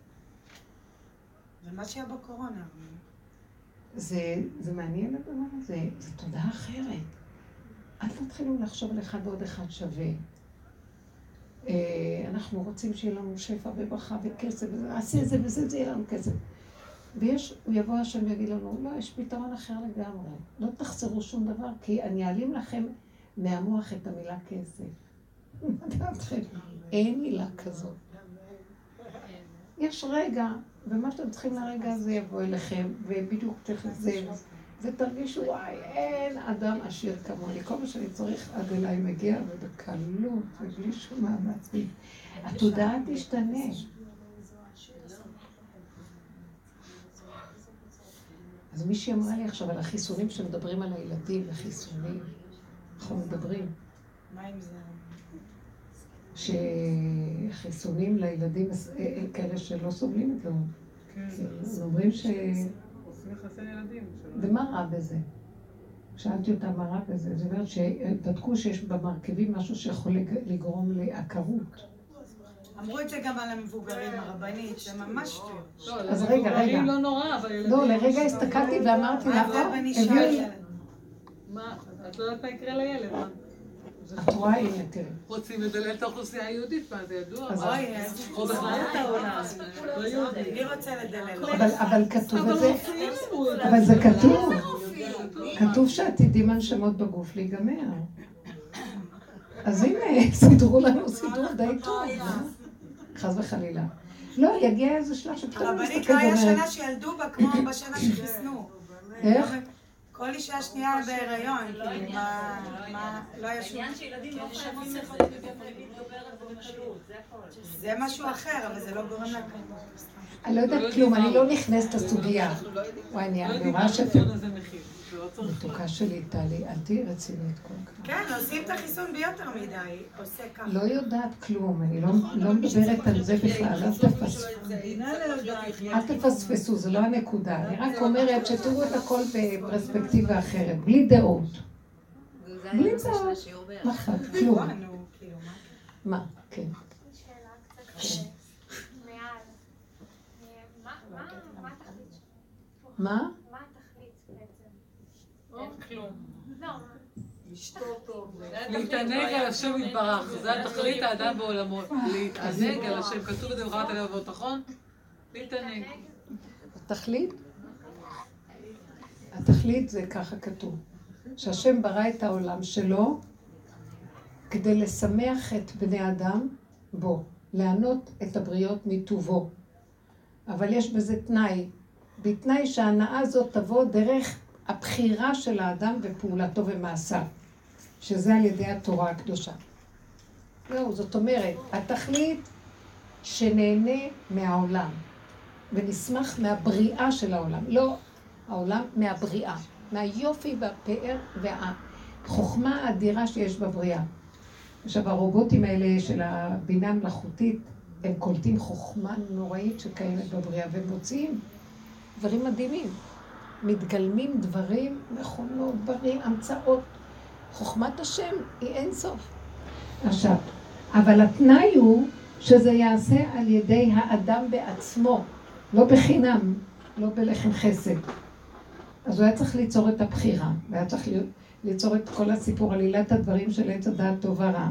זה מה שהיה בקורונה. זה, זה מעניין לדבר הזה, זה תודעה אחרת. אל תתחילו לחשוב על אחד ועוד אחד שווה. אנחנו רוצים שיהיה לנו שפע וברכה וכסף, ועשה זה וזה, זה יהיה לנו כסף. ויש, הוא יבוא השם ויגיד לנו, לא, יש פתרון אחר לגמרי. לא תחסרו שום דבר, כי אני אעלים לכם מהמוח את המילה כסף. מה דעתכם? אין מילה כזאת. יש רגע, ומה שאתם צריכים לרגע הזה יבוא אליכם, ובדיוק תחזר, ותרגישו, וואי, אין אדם עשיר כמוני. כל מה שאני צריך עד אליי מגיע, ובקלות, ובלי שום מאמץ. התודעה תשתנה. אז מישהי אמרה לי עכשיו על החיסונים שמדברים על הילדים, החיסונים, אנחנו מדברים. מה עם זה? שחיסונים לילדים כאלה שלא סובלים את זה. כן. אומרים ש... עושים לחסן ילדים. ומה רע בזה? שאלתי אותה מה רע בזה. זאת אומרת שבדקו שיש במרכיבים משהו שיכול לגרום לעקרות. אמרו את זה גם על המבוגרים, הרבנית, זה ממש טוב. אז רגע, רגע. לא נורא, אבל ילדים... לא, לרגע הסתכלתי ואמרתי לה, הביאו... מה? את לא יודעת מה יקרה לילד, מה? את רואה, הנה, תראי. רוצים לדלל את האוכלוסייה היהודית, מה זה ידוע? אוי, או בכלל את העולם. לא יהודי. אני רוצה לדלל. אבל כתוב את זה, אבל זה כתוב. כתוב שעתידים הנשמות בגוף להיגמר. אז הנה, סידרו לנו סידור די טוב. חס וחלילה. לא, יגיע איזה שלב שפתאום הרבנית מסתכל לא היה ואומרת. שנה שילדו בה כמו בשנה שחיסנו. איך? כל אישה שנייה בהיריון, כאילו, מה, לא היה שום... העניין שילדים לא חייבים להתגברת ובקלות, זה הכל. זה משהו אחר, אבל זה לא גורם לה... אני לא יודעת כלום, אני לא נכנסת לסוגיה. וואי, אני רואה שאתם... מתוקה שלי, טלי, אל תהיי רצינית כל כך. כן, עושים את החיסון ביותר מדי, עושה ככה. לא יודעת כלום, אני לא מדברת על זה בכלל, אל תפספסו. אל תפספסו, זה לא הנקודה. אני רק אומרת שתראו את הכל בפרספקטיבה אחרת, בלי דעות. בלי דעות. מה אכפת? כלום. מה? כן. שאלה קצת מעל. מה התכלית? מה? מה התכלית בעצם? לשתות טוב. להתענג על השם יתברך, זה התכלית האדם בעולמו. להתענג על השם, כתוב בזה בחרת הלבבות, נכון? להתענג. התכלית? התכלית זה ככה כתוב. שהשם ברא את העולם שלו כדי לשמח את בני אדם בו, לענות את הבריות מטובו. אבל יש בזה תנאי, בתנאי שההנאה הזאת תבוא דרך הבחירה של האדם ופעולתו ומעשיו, שזה על ידי התורה הקדושה. לא, זאת אומרת, התכלית שנהנה מהעולם ונשמח מהבריאה של העולם, לא העולם מהבריאה, מהיופי והפאר והחוכמה האדירה שיש בבריאה. עכשיו, הרובוטים האלה של הבינה המלאכותית, הם קולטים חוכמה נוראית שקיימת בבריאה, והם מוצאים דברים מדהימים. מתגלמים דברים, מכונות, דברים, המצאות. חוכמת השם היא אין סוף. עכשיו, אבל התנאי הוא שזה יעשה על ידי האדם בעצמו, לא בחינם, לא בלחם חסד. אז הוא היה צריך ליצור את הבחירה, והיה צריך ליצור את כל הסיפור, עלילת הדברים של עץ הדעת טוב ורע.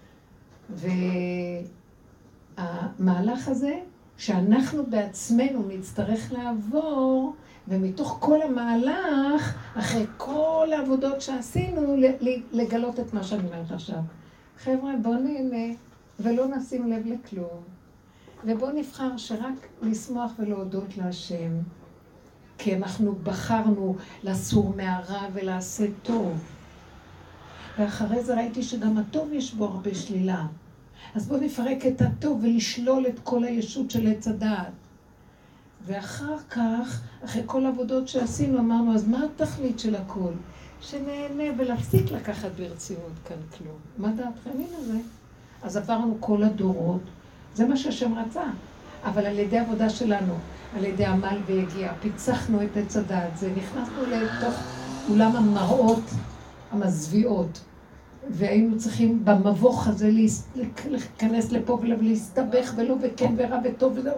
והמהלך הזה, שאנחנו בעצמנו נצטרך לעבור, ומתוך כל המהלך, אחרי כל העבודות שעשינו, לגלות את מה שאני אומרת עכשיו. חבר'ה, בואו נהנה ולא נשים לב לכלום, ובואו נבחר שרק לשמוח ולהודות להשם, כי אנחנו בחרנו לסור מהרע ולעשות טוב. ואחרי זה ראיתי שגם הטוב יש בו הרבה שלילה. אז בואו נפרק את הטוב ולשלול את כל הישות של עץ הדעת. ואחר כך, אחרי כל העבודות שעשינו, אמרנו, אז מה התכלית של הכל? שנהנה ולהפסיק לקחת ברצינות כאן כלום. מה דעתכם? הנה זה. אז עברנו כל הדורות, זה מה שהשם רצה. אבל על ידי עבודה שלנו, על ידי עמל ויגיע, פיצחנו את עץ הדעת, זה נכנסנו לתוך אולם המראות המזוויעות, והיינו צריכים במבוך הזה להיכנס לפה ולהסתבך ולא וכן ורע וטוב ולא.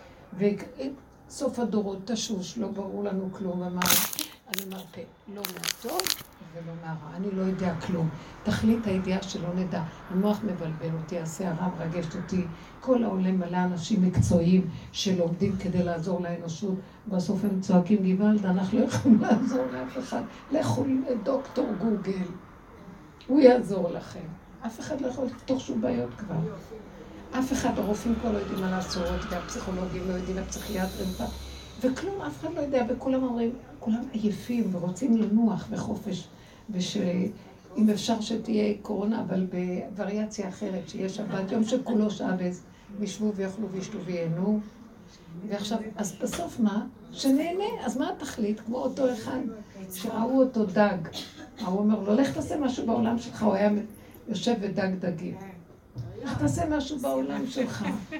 וסוף הדורות תשוש, לא ברור לנו כלום, אמר, אני מרפא, לא מהטוב ולא מהרע, אני לא יודע כלום. תכלית הידיעה שלא נדע, המוח מבלבל אותי, השערה מרגשת אותי, כל העולם מלא אנשים מקצועיים שלומדים כדי לעזור לאנושות, בסוף הם צועקים גוואלד, אנחנו לא יכולים לעזור לאף אחד, לכו לדוקטור גוגל, הוא יעזור לכם. אף אחד לא יכול לפתור שום בעיות כבר. אף אחד, הרופאים כבר לא יודעים מה לעשות, והפסיכולוגים לא יודעים, הפסיכיאטרים, וכלום, אף אחד לא יודע, וכולם אומרים, כולם עייפים ורוצים לנוח וחופש, ושאם אפשר שתהיה קורונה, אבל בווריאציה אחרת, שיש שבת, יום שכולו שעבז, וישבו ויאכלו וישתו ויהנו. ועכשיו, אז בסוף מה? שנהנה, אז מה התכלית? כמו אותו אחד שראו אותו דג. הוא אומר לו, לך תעשה משהו בעולם שלך, הוא היה יושב ודג דגים. לך תעשה משהו בעולם שלך.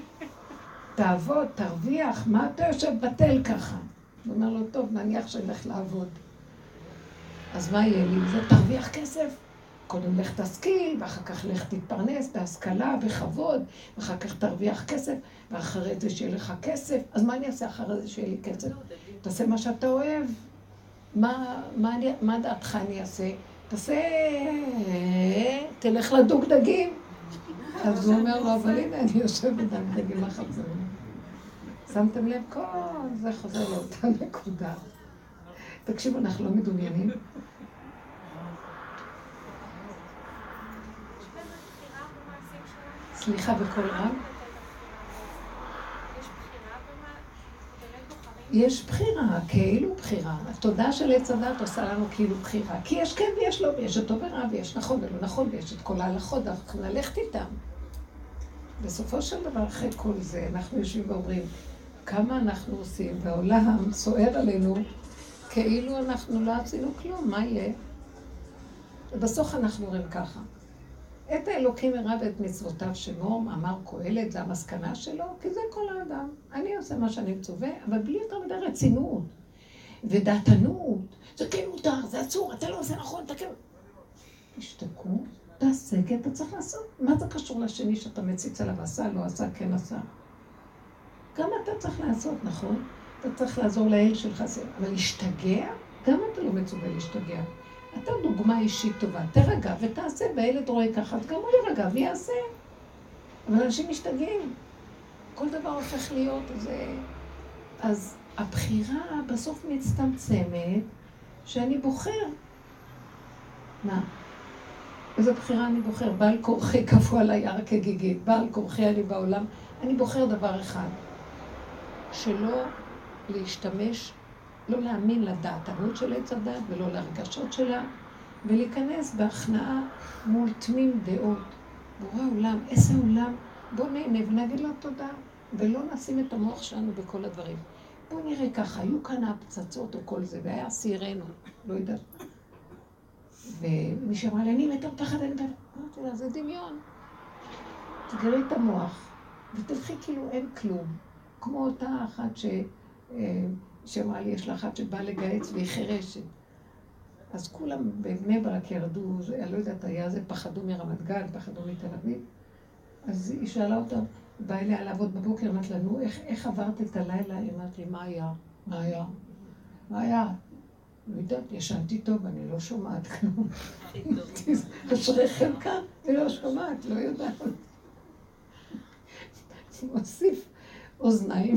תעבוד, תרוויח, מה אתה יושב בטל ככה? הוא אומר לו, טוב, נניח שנלך לעבוד. אז מה יהיה לי? זה תרוויח כסף. קודם לך תשכיל, ואחר כך לך תתפרנס בהשכלה, בכבוד, ואחר כך תרוויח כסף, ואחרי זה שיהיה לך כסף. אז מה אני אעשה אחרי זה שיהיה לי כסף? תעשה מה שאתה אוהב. מה, מה, אני, מה דעתך אני אעשה? תעשה, תלך לדוג דגים. אז הוא אומר לו, אבל הנה, אני יושב בדג דגים, מה חזר? שמתם לב, כל זה חוזר לאותה נקודה. תקשיבו, אנחנו לא מדומיינים. סליחה בכל רב. יש בחירה, כאילו בחירה. התודעה של עץ הדת עושה לנו כאילו בחירה. כי יש כן ויש לא, ויש את טוב ורע, ויש נכון ולא נכון, ויש את כל ההלכות, אנחנו צריכים ללכת איתם. בסופו של דבר, אחרי כל זה, אנחנו יושבים ואומרים, כמה אנחנו עושים, והעולם סוער עלינו, כאילו אנחנו לא עשינו כלום, מה יהיה? ובסוף אנחנו אומרים ככה. את האלוקים הרע ואת מצוותיו שמור, אמר קהלת, זה המסקנה שלו, כי זה כל האדם. אני עושה מה שאני מצווה, אבל בלי יותר מדי רצינות ודעתנות. זה כן מותר, זה אסור, אתה לא עושה נכון, אתה כן... תשתקו, תעשה, כי אתה צריך לעשות. מה זה קשור לשני שאתה מציץ עליו, עשה, לא עשה, כן עשה? גם אתה צריך לעשות, נכון? אתה צריך לעזור לאל שלך, אבל להשתגע? גם אתה לא מצווה להשתגע. אתה דוגמה אישית טובה, תרגע ותעשה, והילד רואה ככה, אז גם הוא ירגע ויעשה. אבל אנשים משתגעים. כל דבר הופך להיות, אז, אז הבחירה בסוף מצטמצמת, שאני בוחר. מה? איזו בחירה אני בוחר? בעל כורחי קפוא על היער כגיגית, בעל כורחי אני בעולם. אני בוחר דבר אחד, שלא להשתמש, לא להאמין לדעתנות של עץ הדת ולא להרגשות שלה, ולהיכנס בהכנעה מול תמים דעות. בורא עולם, איזה עולם, בוא נהנה ונגיד לו תודה, ולא נשים את המוח שלנו בכל הדברים. בוא נראה ככה, היו כאן הפצצות או כל זה, והיה סירנו, לא יודעת. ומי שאמרה לי, אני מתה פחד, אני מתה, אמרתי לה, זה דמיון. תגרי את המוח, ותלכי כאילו אין כלום. כמו אותה אחת ש... שאמרה לי, יש לה אחת שבאה לגייץ והיא חירשת. אז כולם בבני ברק ירדו, אני לא יודעת, היה זה, פחדו מרמת גן, פחדו מתל אביב. אז היא שאלה אותה, באה אליה לעבוד בבוקר, אמרת לנו, איך, איך עברת את הלילה? היא אמרת לי, מה היה? מה היה? מה היה? לא יודעת, ישנתי טוב, אני לא שומעת כלום. אשריכם כאן, אני לא שומעת, לא יודעת. מוסיף אוזניים.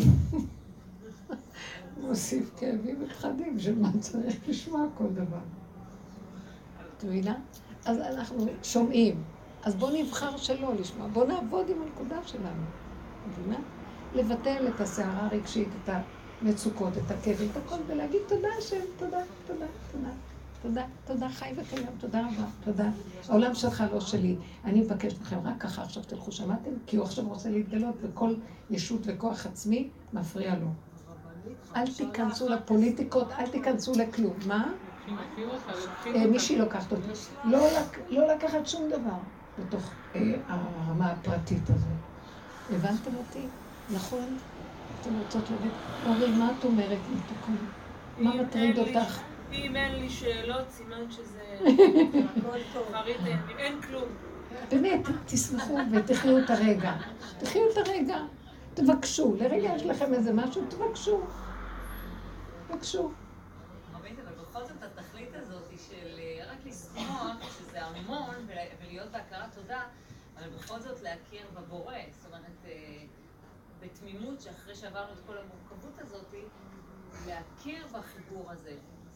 מוסיף כאבים ופחדים של מה צריך לשמוע כל דבר. את מבינה? אז אנחנו שומעים. אז בואו נבחר שלא לשמוע. בואו נעבוד עם הנקודה שלנו. מבינה? לבטל את הסערה הרגשית, את המצוקות, את הכאב, את הכל, ולהגיד תודה השם, תודה, תודה, תודה. תודה, תודה חי וקיים, תודה רבה, תודה. העולם שלך לא שלי. אני מבקשת לכם רק ככה עכשיו תלכו, שמעתם? כי הוא עכשיו רוצה להתגלות וכל ישות וכוח עצמי מפריע לו. אל תיכנסו לפוליטיקות, אל תיכנסו לכלום. מה? מישהי לוקחת אותי. לא לקחת שום דבר בתוך הרמה הפרטית הזו. הבנתם אותי? נכון? אתם רוצות להגיד, אורי, מה את אומרת מתוקון? מה מטריד אותך? אם אין לי שאלות, סימן שזה... אין כלום. באמת, תשמחו ותחיו את הרגע. תחיו את הרגע. תבקשו. לרגע יש לכם איזה משהו, תבקשו. תבקשו. רבית, אבל בכל זאת התכלית הזאת של רק לשמוח, שזה המון, ולהיות בהכרת תודה, אבל בכל זאת להכיר בבורא. זאת אומרת, בתמימות שאחרי שעברנו את כל המורכבות הזאת, להכיר בחיבור הזה.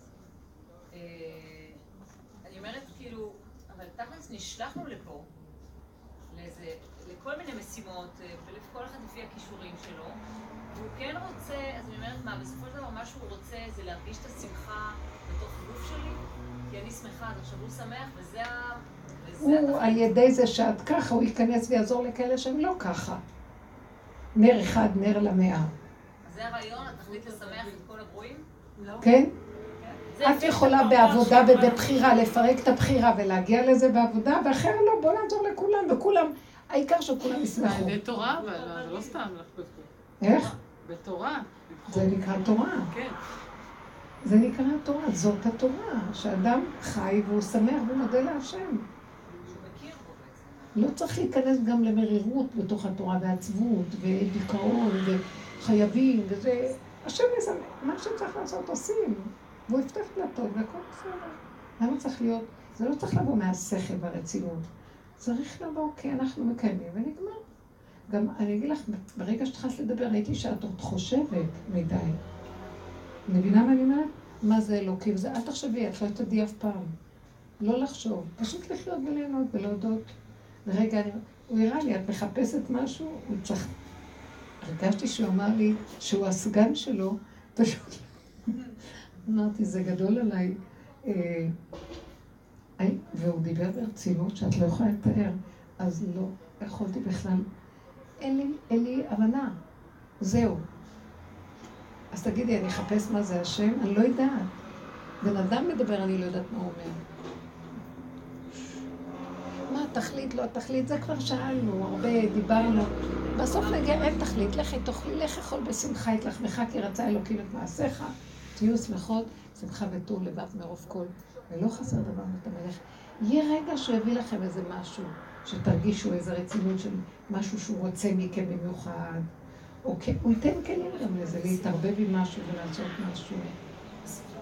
אני אומרת כאילו, אבל תכלס נשלחנו לפה, לאיזה, לכל מיני משימות, ולכל אחד לפי הכישורים שלו, והוא כן רוצה, אז אני אומרת מה, בסופו של דבר מה שהוא רוצה זה להרגיש את השמחה בתוך הגוף שלי, כי אני שמחה, אז עכשיו הוא שמח, וזה ה... הוא על ידי זה שאת ככה, הוא ייכנס ויעזור לכאלה שהם לא ככה. נר אחד, נר למאה. אז זה הרעיון, התכלית לשמח את כל הברואים? לא. כן? את יכולה בעבודה ובבחירה לפרק את הבחירה ולהגיע לזה בעבודה, ואחר לא, בוא נעזור לכולם, וכולם, העיקר שכולם ישמחו. זה תורה, אבל זה לא סתם לך בזכות. איך? בתורה. זה נקרא תורה. כן. זה נקרא תורה, זאת התורה, שאדם חי והוא שמח ומודה להשם. לא צריך להיכנס גם למרירות בתוך התורה, ועצבות, ודיכאון, וחייבים, וזה... השם ישמח, מה שצריך לעשות עושים. והוא יפתח דלתות והכל בסדר. למה צריך להיות? זה לא צריך לבוא מהשכל והרצינות. צריך לבוא כי אנחנו מקיימים ונגמר. גם אני אגיד לך, ברגע שתחלת לדבר, ראיתי שאת עוד חושבת מדי. מבינה מה אני אומרת? מה זה אלוקים? זה אל תחשבי, את לא תדעי אף פעם. לא לחשוב, פשוט לחיות וליהנות ולהודות. ורגע, אני... הוא הראה לי, את מחפשת משהו? הוא צריך... הרגשתי שהוא אמר לי שהוא הסגן שלו, פשוט... אמרתי, זה גדול עליי, והוא דיבר ברצינות שאת לא יכולה לתאר, אז לא יכולתי בכלל, אין לי, אין לי הבנה, זהו. אז תגידי, אני אחפש מה זה השם? אני לא יודעת. בן אדם מדבר, אני לא יודעת מה הוא אומר. מה התכלית, לא התכלית, זה כבר שאלנו, הרבה דיברנו. בסוף נגיע, אין תכלית, לכי תאכלי, לכי אכול בשמחה את לחמך, כי רצה אלוקים את מעשיך. תהיו שמחות, שמחה וטוב לבב מרוב כל, ולא חסר דבר את המלך. יהיה רגע שהוא יביא לכם איזה משהו, שתרגישו איזה רצינות של משהו שהוא רוצה מכם במיוחד, או הוא ייתן כלים גם לזה, להתערבב עם משהו ולעשות משהו.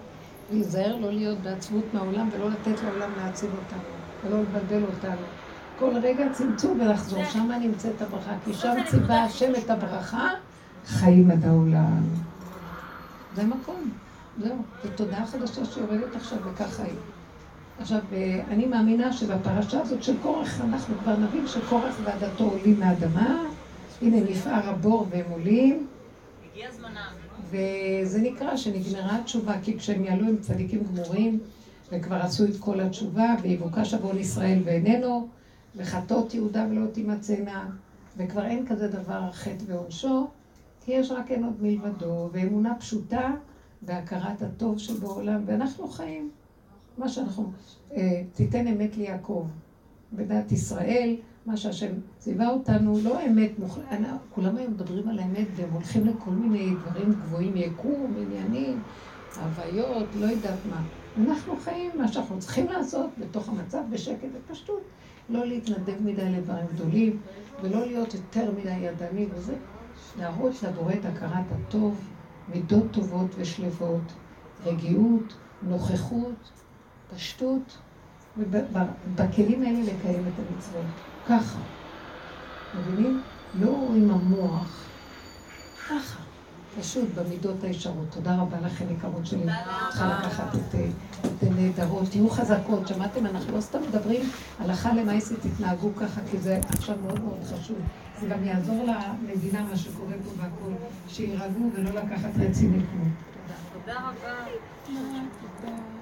להיזהר לא להיות בעצבות מהעולם ולא לתת לעולם להציב אותנו ולא לבלבל אותנו. כל רגע צמצום ולחזור, שם נמצאת הברכה, כי שם ציווה השם את הברכה, חיים עד העולם. זה מקום, זהו, זו תודעה חדשה שיורדת עכשיו וככה היא. עכשיו, אני מאמינה שבפרשה הזאת של קורח, אנחנו כבר נבין שקורח ועדתו עולים מהאדמה, הנה נפער הבור והם עולים. הגיע זמנם. וזה נקרא שנגמרה התשובה, כי כשהם יעלו עם צדיקים גמורים, וכבר עשו את כל התשובה, ויבוקש עוון ישראל ואיננו, וחטאות יהודה ולא תימצאנה, וכבר אין כזה דבר חטא ועונשו, כי יש רק אין עוד מלבדו, ואמונה פשוטה, והכרת הטוב שבעולם, ואנחנו חיים. מה שאנחנו, אה, תיתן אמת ליעקב, בדעת ישראל, מה שהשם ציווה אותנו, לא אמת מוחלט, כולם היום מדברים על האמת, והם הולכים לכל מיני דברים גבוהים, יקום, עניינים, הוויות, לא יודעת מה. אנחנו חיים מה שאנחנו צריכים לעשות בתוך המצב בשקט ופשטות. לא להתנדב מדי לדברים גדולים, ולא להיות יותר מדי ידעני וזה. להראות לבורא את הכרת הטוב, מידות טובות ושלבות, רגיעות, נוכחות, פשטות, ובכלים האלה לקיים את המצוות. ככה. מבינים? לא עם המוח. ככה. פשוט במידות הישרות. תודה רבה לכם, יקרות שלי. צריכה לקחת את, את נהדרות. תהיו חזקות. שמעתם? אנחנו לא סתם מדברים הלכה למעשה, תתנהגו ככה, כי זה עכשיו מאוד מאוד חשוב. זה גם יעזור למדינה, מה שקורה פה והכל, שירגעו ולא לקחת רציני כמו. תודה רבה.